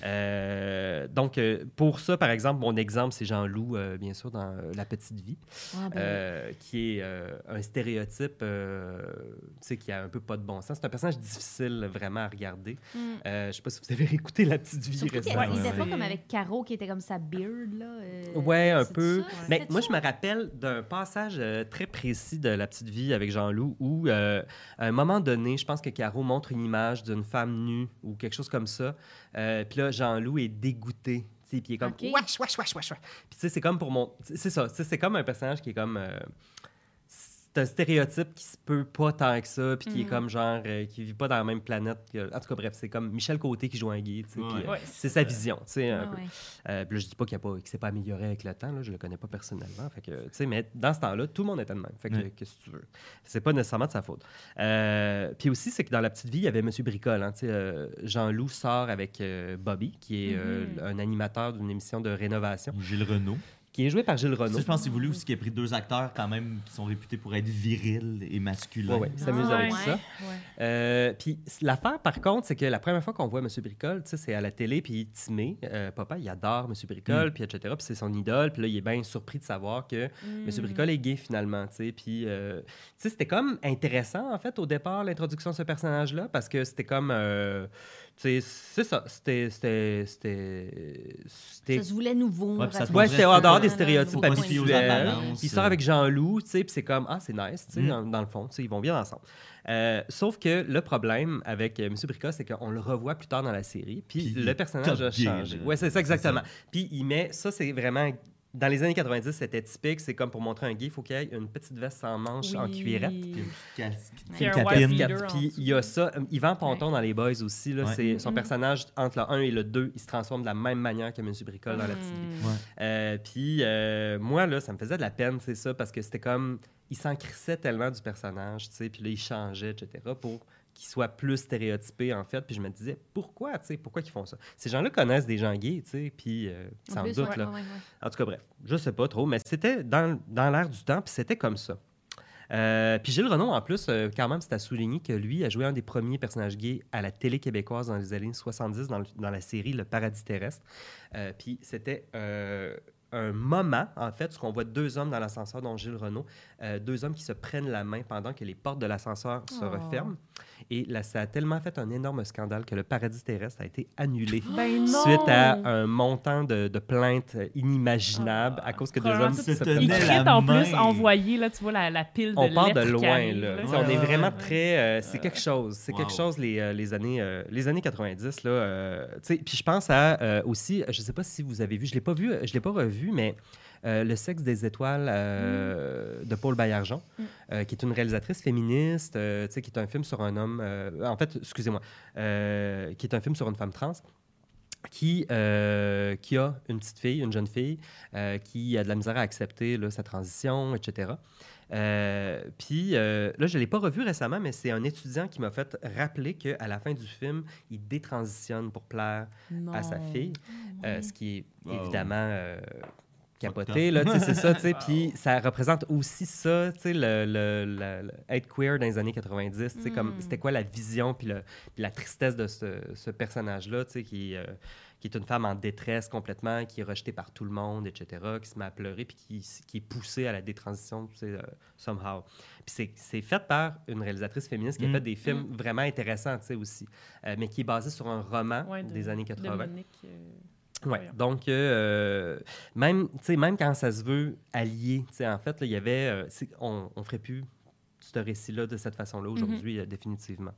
Donc, pour ça, par exemple, mon exemple, c'est Jean-Loup, bien sûr, dans La Petite Vie, qui est un stéréotype, tu sais, qui a un peu pas de bon sens. C'est un personnage difficile, vraiment, à regarder. Je sais pas si vous avez réécouté La Petite Vie récemment. Il était pas comme avec Caro, qui était comme sa beard, là. Ouais, un peu. Ça? Mais moi, je me rappelle d'un passage très précis de La Petite Vie avec Jean-Loup où, à un moment donné, je pense que Caro montre une image d'une femme nue ou quelque chose comme ça. Puis là, Jean-Loup est dégoûté. Puis il est comme wesh. Puis tu sais, c'est comme pour mon. C'est ça. C'est comme un personnage qui est comme. C'est un stéréotype qui se peut pas tant que ça, puis qui est comme genre, qui vit pas dans la même planète. En tout cas, bref, c'est comme Michel Côté qui joue un gay, tu sais, puis, c'est sa vision, tu sais, un peu. Puis là, je dis pas qu'il s'est pas amélioré avec le temps, là, je le connais pas personnellement, fait que, tu sais, mais dans ce temps-là, tout le monde était de même, fait que, qu'est-ce que tu veux? C'est pas nécessairement de sa faute. Puis aussi, c'est que dans La Petite Vie, il y avait Monsieur Bricole, hein, tu sais, Jean-Loup sort avec Bobby, qui est un animateur d'une émission de rénovation. Gilles Renaud. Qui est joué par Gilles Renaud. Ça, je pense que c'est voulu aussi qu'il ait pris deux acteurs quand même qui sont réputés pour être virils et masculins. Oui, s'amuse avec ça. Puis l'affaire, par contre, c'est que la première fois qu'on voit M. Bricole, c'est à la télé, puis il est timé. Papa, il adore M. Bricole, puis etc. Puis c'est son idole. Puis là, il est bien surpris de savoir que M. Bricole est gay, finalement. Puis c'était comme intéressant, en fait, au départ, l'introduction de ce personnage-là, parce que c'était comme... c'est ça. C'était... Ça se voulait nouveau. Ouais, puis ça te Ouais, c'était en dehors des Faut stéréotypes pas se fier aux habituels. apparences. Il sort avec Jean-Loup, tu sais, puis c'est comme, c'est nice, tu sais, Mm. dans le fond, tu sais, ils vont bien ensemble. Sauf que le problème avec M. Brica, c'est qu'on le revoit plus tard dans la série, puis Puis le personnage a top gay, changé. là. Ouais, c'est ça, exactement. C'est Puis il met, ça, c'est vraiment... Dans les années 90, c'était typique. C'est comme pour montrer un gay, il faut qu'il y ait une petite veste sans manches en cuirette. Puis Puis un Capine. white beater en Puis dessous. il y a ça. Yvan Ponton dans Les Boys aussi. Là, Ouais. c'est son personnage, entre le 1 et le 2, il se transforme de la même manière que M. Bricole dans La Petite Vie. Ouais. Puis moi, là, ça me faisait de la peine, c'est ça, parce que c'était comme... Il s'en crissait tellement du personnage, tu sais, puis là, il changeait, etc., pour qu'il soit plus stéréotypé, en fait. Puis je me disais, pourquoi, tu sais, pourquoi ils font ça? Ces gens-là connaissent des gens gays, tu sais, puis sans plus, doute, ouais, là. ouais. En tout cas, bref, je sais pas trop, mais c'était dans l'air du temps, puis c'était comme ça. Puis Gilles Renaud, en plus, quand même, c'est à souligner que lui a joué un des premiers personnages gays à la télé québécoise dans les années 70, dans la série Le Paradis terrestre. Puis c'était un moment, en fait, où on voit deux hommes dans l'ascenseur, dont Gilles Renaud, deux hommes qui se prennent la main pendant que les portes de l'ascenseur se referment. Et là, ça a tellement fait un énorme scandale que le Paradis terrestre a été annulé Ben non! suite à un montant de plaintes inimaginable à cause que deux hommes Probablement se tenait Il la quitte en main. plus envoyé, là, tu vois la pile de on part de lettres qui loin, arrivent, là. Tu sais, Ouais, on est ouais, vraiment ouais. très... c'est quelque chose. C'est Wow. quelque chose, les années 90, là. Tu sais, puis je pense à aussi... Je sais pas si vous avez vu, je l'ai pas revu, mais... Le sexe des étoiles de Paul Baillargeon, qui est une réalisatrice féministe, tu sais, qui est un film sur un homme... en fait, excusez-moi, qui est un film sur une femme trans qui a une petite fille, une jeune fille, qui a de la misère à accepter là, sa transition, etc. Puis là, je ne l'ai pas revu récemment, mais c'est un étudiant qui m'a fait rappeler qu'à la fin du film, il détransitionne pour plaire à sa fille, ce qui est évidemment... capoté, là, tu sais, c'est ça, tu sais, puis ça représente aussi ça, tu sais, le être queer dans les années 90, tu sais, comme c'était quoi la vision puis la tristesse de ce personnage-là, tu sais, qui est une femme en détresse complètement, qui est rejetée par tout le monde, etc., qui se met à pleurer puis qui est poussée à la détransition, tu sais, somehow. Puis c'est fait par une réalisatrice féministe qui a fait des films vraiment intéressants, tu sais, aussi, mais qui est basé sur un roman des années 80. De Monique, Ouais. voyons. Donc, même quand ça se veut allier, en fait, là, il y avait... on ne ferait plus ce récit-là de cette façon-là aujourd'hui, définitivement.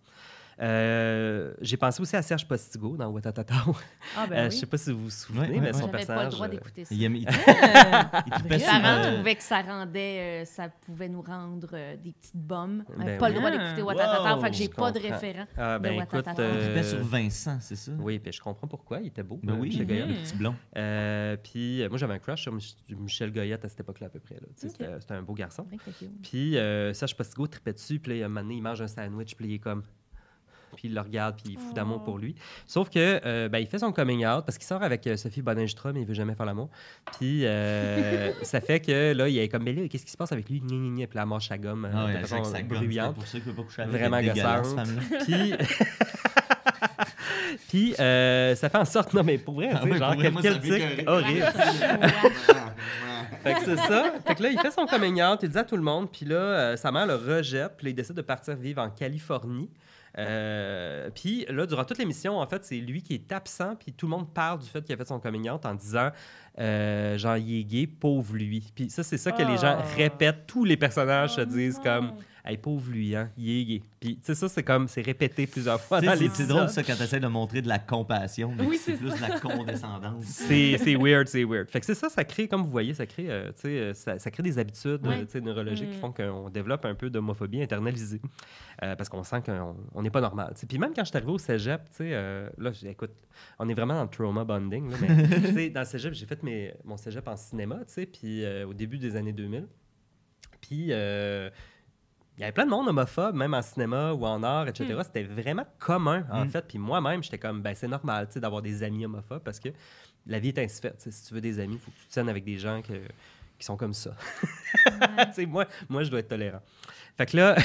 J'ai pensé aussi à Serge Postigo dans Ouattatata. Ah, ben Je ne oui. sais pas si vous vous souvenez, Ouais, mais ouais, son ouais. J'avais pas personnage... le droit d'écouter ça. Il trippait Mes sur, parents trouvaient que ça rendait, ça pouvait nous rendre des petites bombes. On n'avait Ben pas oui. le droit d'écouter Ouattatata, Wow, fait que j'ai je pas de comprends. référent Ah, ben de écoute, Ouattatata. Il trippait sur Vincent, c'est ça? oui, puis je comprends pourquoi. Il était beau. Ben oui, Michel Goyette. le petit blond. Puis moi, j'avais un crush sur Michel Goyette à cette époque-là, à peu près. Là. Tu sais, c'était un beau garçon. Vrai que c'est cute. Puis Serge Postigo trippait dessus, puis là, un moment donné, il mange un sandwich, puis il est comme... Puis il le regarde, puis il fout d'amour pour lui. Sauf que, il fait son coming out, parce qu'il sort avec Sophie Boningestra, mais il veut jamais faire l'amour. Puis ça fait que, là, il est comme, mais là, qu'est-ce qui se passe avec lui? Gna, gna, gna. Puis là, elle mange sa gomme Ah ouais, de elle façon joue avec sa gomme, bruyante. c'est pour ça qu'il ne peut pas coucher avec Vraiment elle. Dégueulasse, gossante. femme-là. Puis... Puis ça fait en sorte... Non, mais pour vrai, tu sais, ouais, genre, pour vrai, moi, ça quel fait tic écœurer. horrible. Fait que c'est ça. Fait que là, il fait son coming out, il dit à tout le monde, puis là, sa mère le rejette, puis là, il décide de partir vivre en Californie. Puis là, durant toute l'émission, en fait, c'est lui qui est absent, puis tout le monde parle du fait qu'il a fait son coming out en disant genre, il est gay, pauvre lui. Puis ça, c'est ça que les gens répètent, tous les personnages se disent comme hey, pauvre lui, hein, il est gay. Puis tu sais, ça, c'est répété plusieurs fois dans les C'est drôle ça quand tu essaies de montrer de la compassion, mais Oui, c'est c'est plus de la condescendance. C'est weird, c'est weird. Fait que c'est ça, ça crée, comme vous voyez, ça crée, ça crée des habitudes Ouais. neurologiques qui font qu'on développe un peu d'homophobie internalisée. Parce qu'on sent qu'on n'est pas normal. T'sais. Puis même quand je suis arrivé au cégep, là, écoute, on est vraiment dans le trauma bonding. Là, mais dans le cégep, j'ai fait mon cégep en cinéma, puis au début des années 2000. Puis... il y avait plein de monde homophobe, même en cinéma ou en art, etc. C'était vraiment commun, en fait. Puis moi-même, j'étais comme, ben c'est normal, d'avoir des amis homophobes parce que la vie est ainsi faite. Si tu veux des amis, il faut que tu te tiennes avec des gens qui sont comme ça. Moi, je dois être tolérant. Fait que là...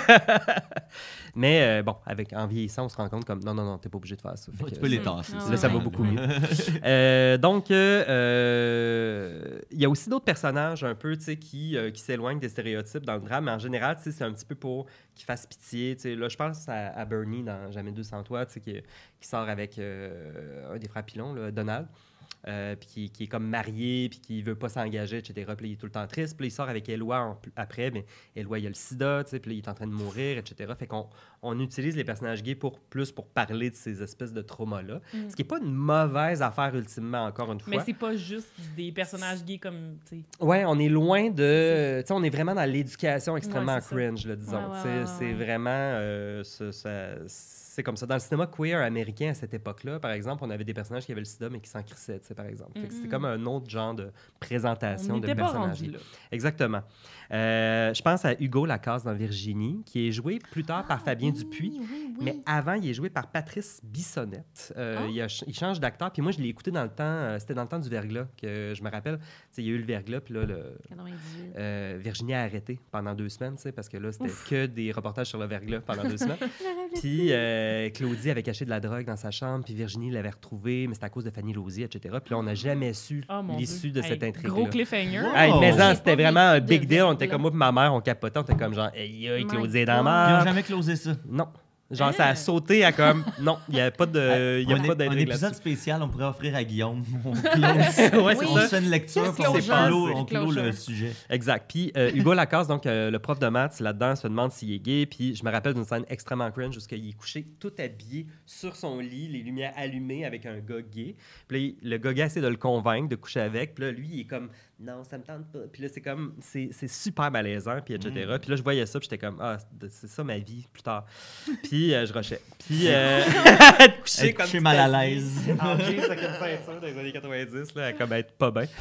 Mais bon, en vieillissant, on se rend compte comme, non, t'es pas obligé de faire ça. Fait Tu que, peux les tasser. là, ça va beaucoup mieux. Donc, il y a aussi d'autres personnages un peu qui s'éloignent des stéréotypes dans le drame, mais en général, c'est un petit peu pour qu'ils fassent pitié. Là, je pense à Bernie dans Jamais 200 toi, qui qui sort avec un des frères Pilon, là, Donald. Puis qui est comme marié, puis qui veut pas s'engager, etc. Puis là, il est tout le temps triste. Puis là, il sort avec Éloi après, mais Éloi, il a le sida, tu sais, puis là, il est en train de mourir, etc. Fait qu'on utilise les personnages gays pour parler de ces espèces de traumas-là. Ce qui est pas une mauvaise affaire, ultimement, encore une fois. Mais c'est pas juste des personnages gays comme, tu sais... Ouais, on est loin de... Tu sais, on est vraiment dans l'éducation extrêmement cringe, là, disons. Ouais. C'est vraiment... c'est comme ça. Dans le cinéma queer américain, à cette époque-là, par exemple, on avait des personnages qui avaient le sida, mais qui s'en crissaient, tu sais, par exemple. Fait que c'était comme un autre genre de présentation de personnages. Là. Exactement. Je pense à Hugo Lacasse dans Virginie, qui est joué plus tard par Fabien Dupuis, mais avant, il est joué par Patrice Bissonnette. Il change d'acteur, puis moi, je l'ai écouté dans le temps, c'était dans le temps du verglas, que je me rappelle, tu sais, il y a eu le verglas, puis là, 98. Virginie a arrêté pendant 2 semaines, tu sais, parce que là, c'était que des reportages sur le verglas pendant 2 semaines. Puis Claudie avait caché de la drogue dans sa chambre, puis Virginie l'avait retrouvée, mais c'était à cause de Fanny Lausier, etc. Puis là, on n'a jamais su l'issue de cette intrigue-là. Gros cliffhanger. Mais c'était vraiment un big deal. On était comme moi et ma mère, on capotait, on était comme genre, hey, Claudie est dans la merde. Ils n'ont jamais closé ça. Non. Genre, ça a sauté à comme... Non, il n'y avait pas de... Un épisode spécial, on pourrait offrir à Guillaume. On close. Ouais, c'est on ça. se fait une lecture, puis on close le sujet. Exact. Puis Hugo Lacasse, donc le prof de maths, là-dedans, se demande s'il est gay. Puis je me rappelle d'une scène extrêmement cringe où il est couché tout habillé sur son lit, les lumières allumées avec un gars gay. Puis là, le gars gay essaie de le convaincre de coucher avec. Puis là, lui, il est comme... Non, ça me tente pas. Puis là, c'est comme... C'est super malaisant, puis etc. Puis là, je voyais ça, puis j'étais comme... Ah, c'est ça ma vie, plus tard. Puis je rushais. Puis coucher mal à l'aise. En jeans avec une ceinture dans les années 90, là, comme être pas bien.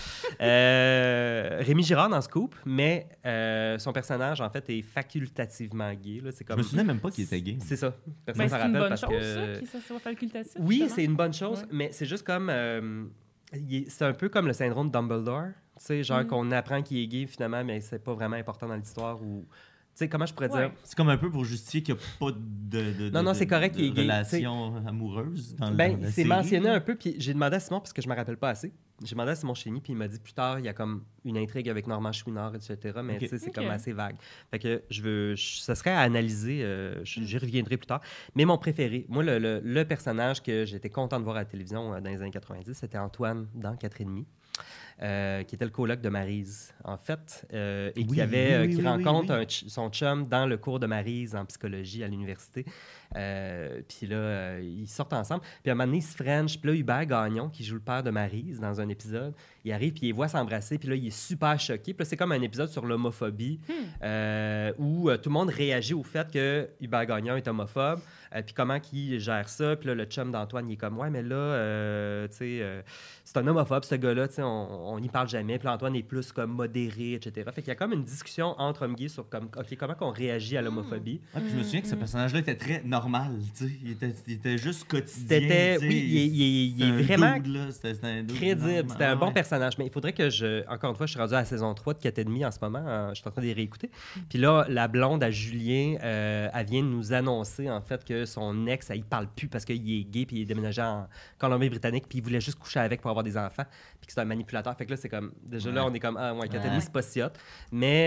Rémi Girard dans Scoop, mais son personnage, en fait, est facultativement gay. Là. C'est comme... Je me souvenais même pas qu'il était gay. C'est ça. Ben, c'est une bonne chose, ça, qu'il soit facultatif. Oui, justement. c'est une bonne chose, mais c'est juste comme... c'est un peu comme le syndrome de Dumbledore. Tu sais, genre qu'on apprend qu'il est gay, finalement, mais c'est pas vraiment important dans l'histoire. Ou... Tu sais, comment je pourrais dire? C'est comme un peu pour justifier qu'il n'y a pas de non, c'est correct qu'il est gay. Relation amoureuse dans la série. C'est mentionné un peu, puis j'ai demandé à Simon, parce que je me rappelle pas assez. J'ai demandé à Simon Chény, puis il m'a dit plus tard, il y a comme une intrigue avec Normand Chouinard, etc. Mais tu sais, c'est comme assez vague. Fait que ça serait à analyser, j'y reviendrai plus tard. Mais mon préféré, moi, le personnage que j'étais content de voir à la télévision dans les années 90, c'était Antoine dans 4,5. Qui était le coloc de Maryse, en fait, et qui rencontre son chum dans le cours de Maryse en psychologie à l'université. Puis là, ils sortent ensemble. Puis à un moment donné, ils se frenchent. Puis là, Hubert Gagnon, qui joue le père de Maryse dans un épisode, il arrive, puis il les voit s'embrasser. Puis là, il est super choqué. Puis là, c'est comme un épisode sur l'homophobie où tout le monde réagit au fait que Hubert Gagnon est homophobe. Puis comment qu'il gère ça. Puis là, le chum d'Antoine, il est comme, ouais, mais là, tu sais, c'est un homophobe, ce gars-là, tu sais, on n'y parle jamais. Puis Antoine est plus comme modéré, etc. Fait qu'il y a comme une discussion entre hommes gays sur comme, OK, comment qu'on réagit à l'homophobie. Puis je me souviens que ce personnage-là était très normal, tu sais. Il était juste quotidien. Il est vraiment crédible. C'était un bon personnage. Mais il faudrait que encore une fois, je suis rendu à la saison 3 de 4,5 en ce moment. Je suis en train de les réécouter. Puis là, la blonde à Julien, elle vient de nous annoncer, en fait, que son ex, il parle plus parce qu'il est gay, puis il est déménagé en Colombie-Britannique, puis il voulait juste coucher avec pour avoir des enfants, puis que c'est un manipulateur. Fait que là, c'est comme... Déjà là, on est comme... Ah, ouais, 4,5, c'est pas si hot. Mais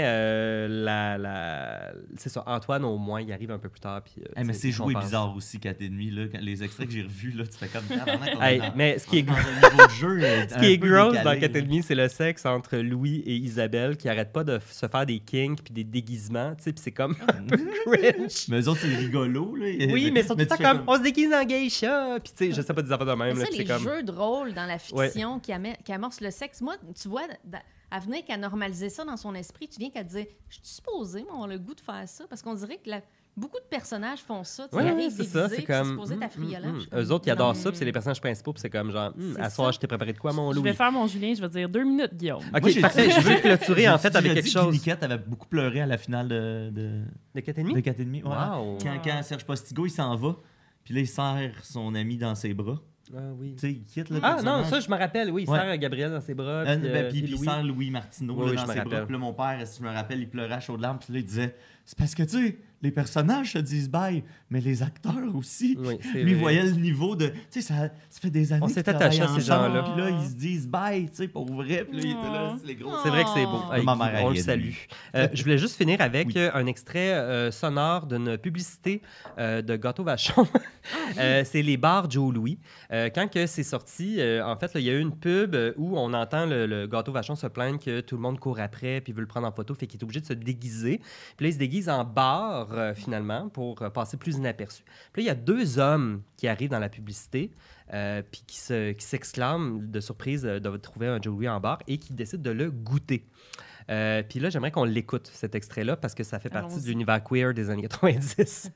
c'est ça. Antoine, au moins, il arrive un peu plus tard. Puis, mais c'est joué bizarre aussi, 4,5. Là, les extraits que j'ai revus, là, tu fais comme... mais ce qui est gross dans 4,5, c'est le sexe entre Louis et Isabelle qui arrêtent pas de se faire des kinks puis des déguisements, tu sais, puis c'est comme un peu cringe. Mais eux autres, c'est rigolo, là. Oui, mais surtout comme on se déguise en geisha, puis tu sais, je sais pas des affaires de même. C'est les jeux de rôle dans la fiction qui amorcent le sexe. Moi, tu vois, elle venait qu'à normaliser ça dans son esprit, tu viens qu'à dire, je suis supposée, moi, on a le goût de faire ça, parce qu'on dirait que beaucoup de personnages font ça. Ils arrivent déguisés, puis c'est supposé t'affrioler. Eux autres, ils adorent ça, puis c'est les personnages principaux, puis c'est comme genre, à soir, je t'ai préparé de quoi, mon Louis? Je vais faire mon Julien, je vais dire 2 minutes, Guillaume. OK, parfait, je veux clôturer, en fait, avec quelque chose. Niquette avait beaucoup pleuré à la finale de 4,5? De 4,5, wow. Quand Serge Postigo, il s'en va, puis là, il serre son ami dans ses bras. Ah oui. Tu sais, il quitte le personnage. Non, ça, je me rappelle, oui. Il serre Gabriel dans ses bras. Puis il serre Louis Martineau dans ses bras. Puis là, mon père, si je me rappelle, il pleurait à chaudes larmes. Puis là, il disait, c'est parce que, tu sais, les personnages se disent bye, mais les acteurs aussi. Oui, c'est Lui, vrai. voyait le niveau de... Tu sais, ça fait des années On s'est qu'ils travaillent attaché à ces ensemble, gens-là. Puis là, ils se disent bye, tu sais, pour vrai. Puis là, il était là, c'est les gros... C'est vrai que c'est beau. Oh. Hey, Ma mère, on le elle salue. lui. Je voulais juste finir avec Oui. un extrait sonore d'une publicité de Gâteau Vachon. C'est les bars Joe Louis. Quand que c'est sorti, en fait, là, il y a eu une pub où on entend le Gâteau Vachon se plaindre que tout le monde court après puis veut le prendre en photo, fait qu'il est obligé de se déguiser. Puis là, il se déguise en bar, finalement, pour passer plus inaperçu. Puis là, il y a 2 hommes qui arrivent dans la publicité puis qui s'exclament de surprise de trouver un Joe Louis en bar et qui décident de le goûter. Puis là, j'aimerais qu'on l'écoute, cet extrait-là, parce que ça fait partie de Allons-y. l'univers queer des années 90. C'est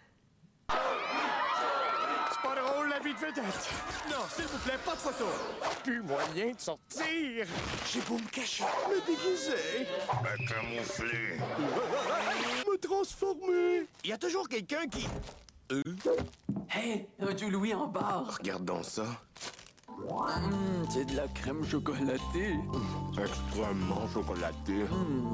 pas drôle, la vie de vedette. Non, s'il vous plaît, pas de photo. Plus moyen de sortir. J'ai beau me cacher, me déguiser, me camoufler, me transformer. Il y a toujours quelqu'un qui... Hey, un Joe Louis en bar. Regardons ça. C'est de la crème chocolatée. Extrêmement chocolaté.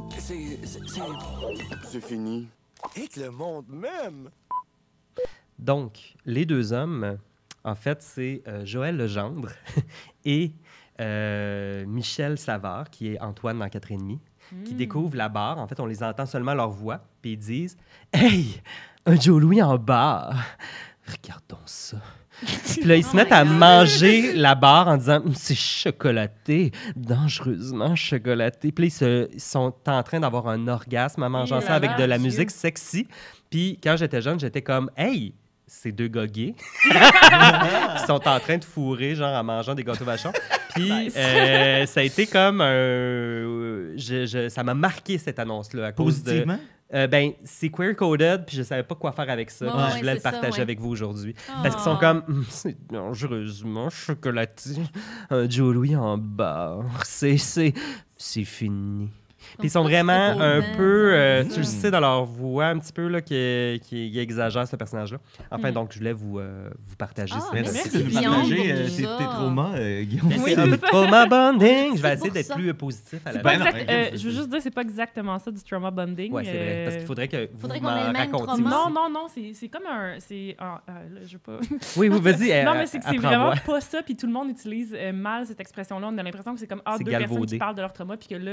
C'est fini. Et que le monde m'aime. Donc, les 2 hommes, en fait, c'est Joël Legendre et Michel Savard, qui est Antoine dans 4,5, qui découvrent la barre. En fait, on les entend seulement leur voix, puis ils disent « Hey, un Joe Louis en bar! Regardons ça! » Puis là, ils se mettent à manger la barre en disant « C'est chocolaté, dangereusement chocolaté. » Puis là, ils sont en train d'avoir un orgasme en mangeant ça avec de la musique sexy. Puis quand j'étais jeune, j'étais comme « Hey! » Ces 2 gars gays qui sont en train de fourrer, genre, en mangeant des gâteaux vachons. Puis, ça a été comme un... ça m'a marqué, cette annonce-là, à cause de... Positivement? Ben, c'est queer-coded, puis je savais pas quoi faire avec ça. Ouais, puis je ouais, voulais le c'est ça, partager ouais. avec vous aujourd'hui. Oh. Parce qu'ils sont comme... C'est dangereusement chocolaté. Un Joe Louis en bar. C'est fini. Puis ils sont vraiment un peu, tu le sais, dans leur voix, un petit peu, là, qui exagère ce personnage-là. Enfin, donc, je voulais vous partager ça. merci, de nous Guillaume, partager pour tes ça. traumas, Guillaume. Mais Oui, c'est un c'est trauma bonding. Je vais C'est essayer pour d'être ça. plus positif à la C'est pas Ben non, exact- regarde, je veux juste dire, c'est pas exactement ça du trauma bonding. Oui, c'est vrai. Parce qu'il faudrait que Faudrait vous qu'on ait m'en le même racontiez trauma. aussi. Non, c'est comme un... là, je veux pas... Oui, vas-y. non, mais c'est que c'est apprends-moi. vraiment pas ça, puis tout le monde utilise mal cette expression-là. On a l'impression que c'est comme C'est 2 personnes galvaudé. qui parlent de leur trauma, puis que là,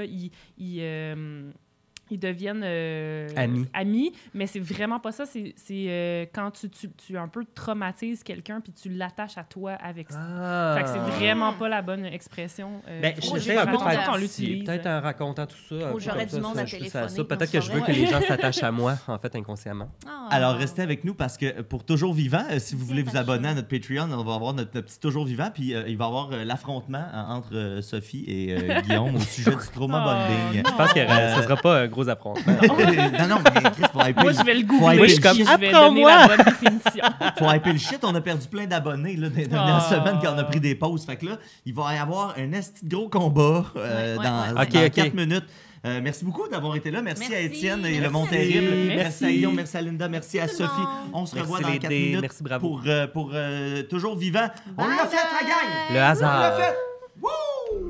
ils deviennent amis, mais c'est vraiment pas ça. C'est quand tu un peu traumatises quelqu'un puis tu l'attaches à toi avec ça. Ah. Fait que c'est vraiment pas la bonne expression. Ben, faut je juste sais un peu faire attention faire qu'on l'utilise. peut-être en racontant tout ça. un peu j'aurais comme du ça, monde ça, à je fais téléphoner ça. Peut-être qu'on que je veux saurait. que les gens s'attachent à moi, en fait, inconsciemment. Ah. Alors, restez avec nous parce que pour Toujours Vivant, si vous voulez vous abonner à notre Patreon, on va avoir notre petit Toujours Vivant, puis il va y avoir l'affrontement entre Sophie et Guillaume au sujet du trauma bonding. Je pense que ce sera pas un gros affrontement. non, mais Chris, faut hyper Moi, je vais le faut googler, hyper Moi, je suis le comme, shit. je vais donner apprends-moi! la bonne définition. Faut hyper le shit. On a perdu plein d'abonnés là, dans les dernières Oh. semaines quand on a pris des pauses. Fait que là, il va y avoir un esti de gros combat dans Ok, 4 minutes. Merci beaucoup d'avoir été là. Merci à Merci. Étienne et le Merci. Monde Terrible. Merci Merci. à Guillaume, merci à Linda, merci à Tout le Sophie. monde. On se Merci revoit dans les 4 dés. minutes Merci, bravo. pour Toujours Vivant. On Bye l'a fait, la bye. gang! Le On l'a hasard. fait! Wouh!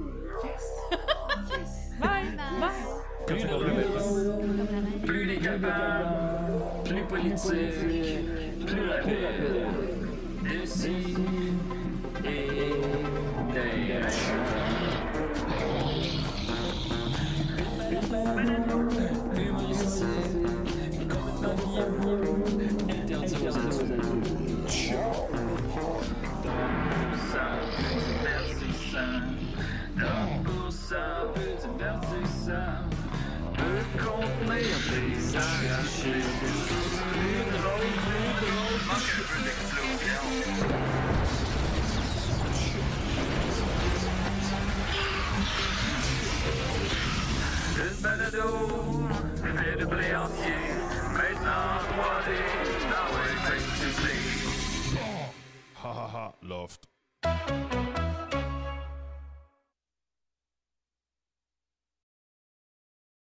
Bye! Bye! Plus de plus les capables, plus politique, plus rapide. D'ici et d'ailleurs. Humoristique, complètement interdit aux adultes. Ça peut divertissant, donc pour ça peut divertissant, peut contenir des arrachés. Plus drôle, manque un peu d'explosion. Une balado, fait de blé entier, maintenant 3D, dans les festivals. Ha ha ha, Loft.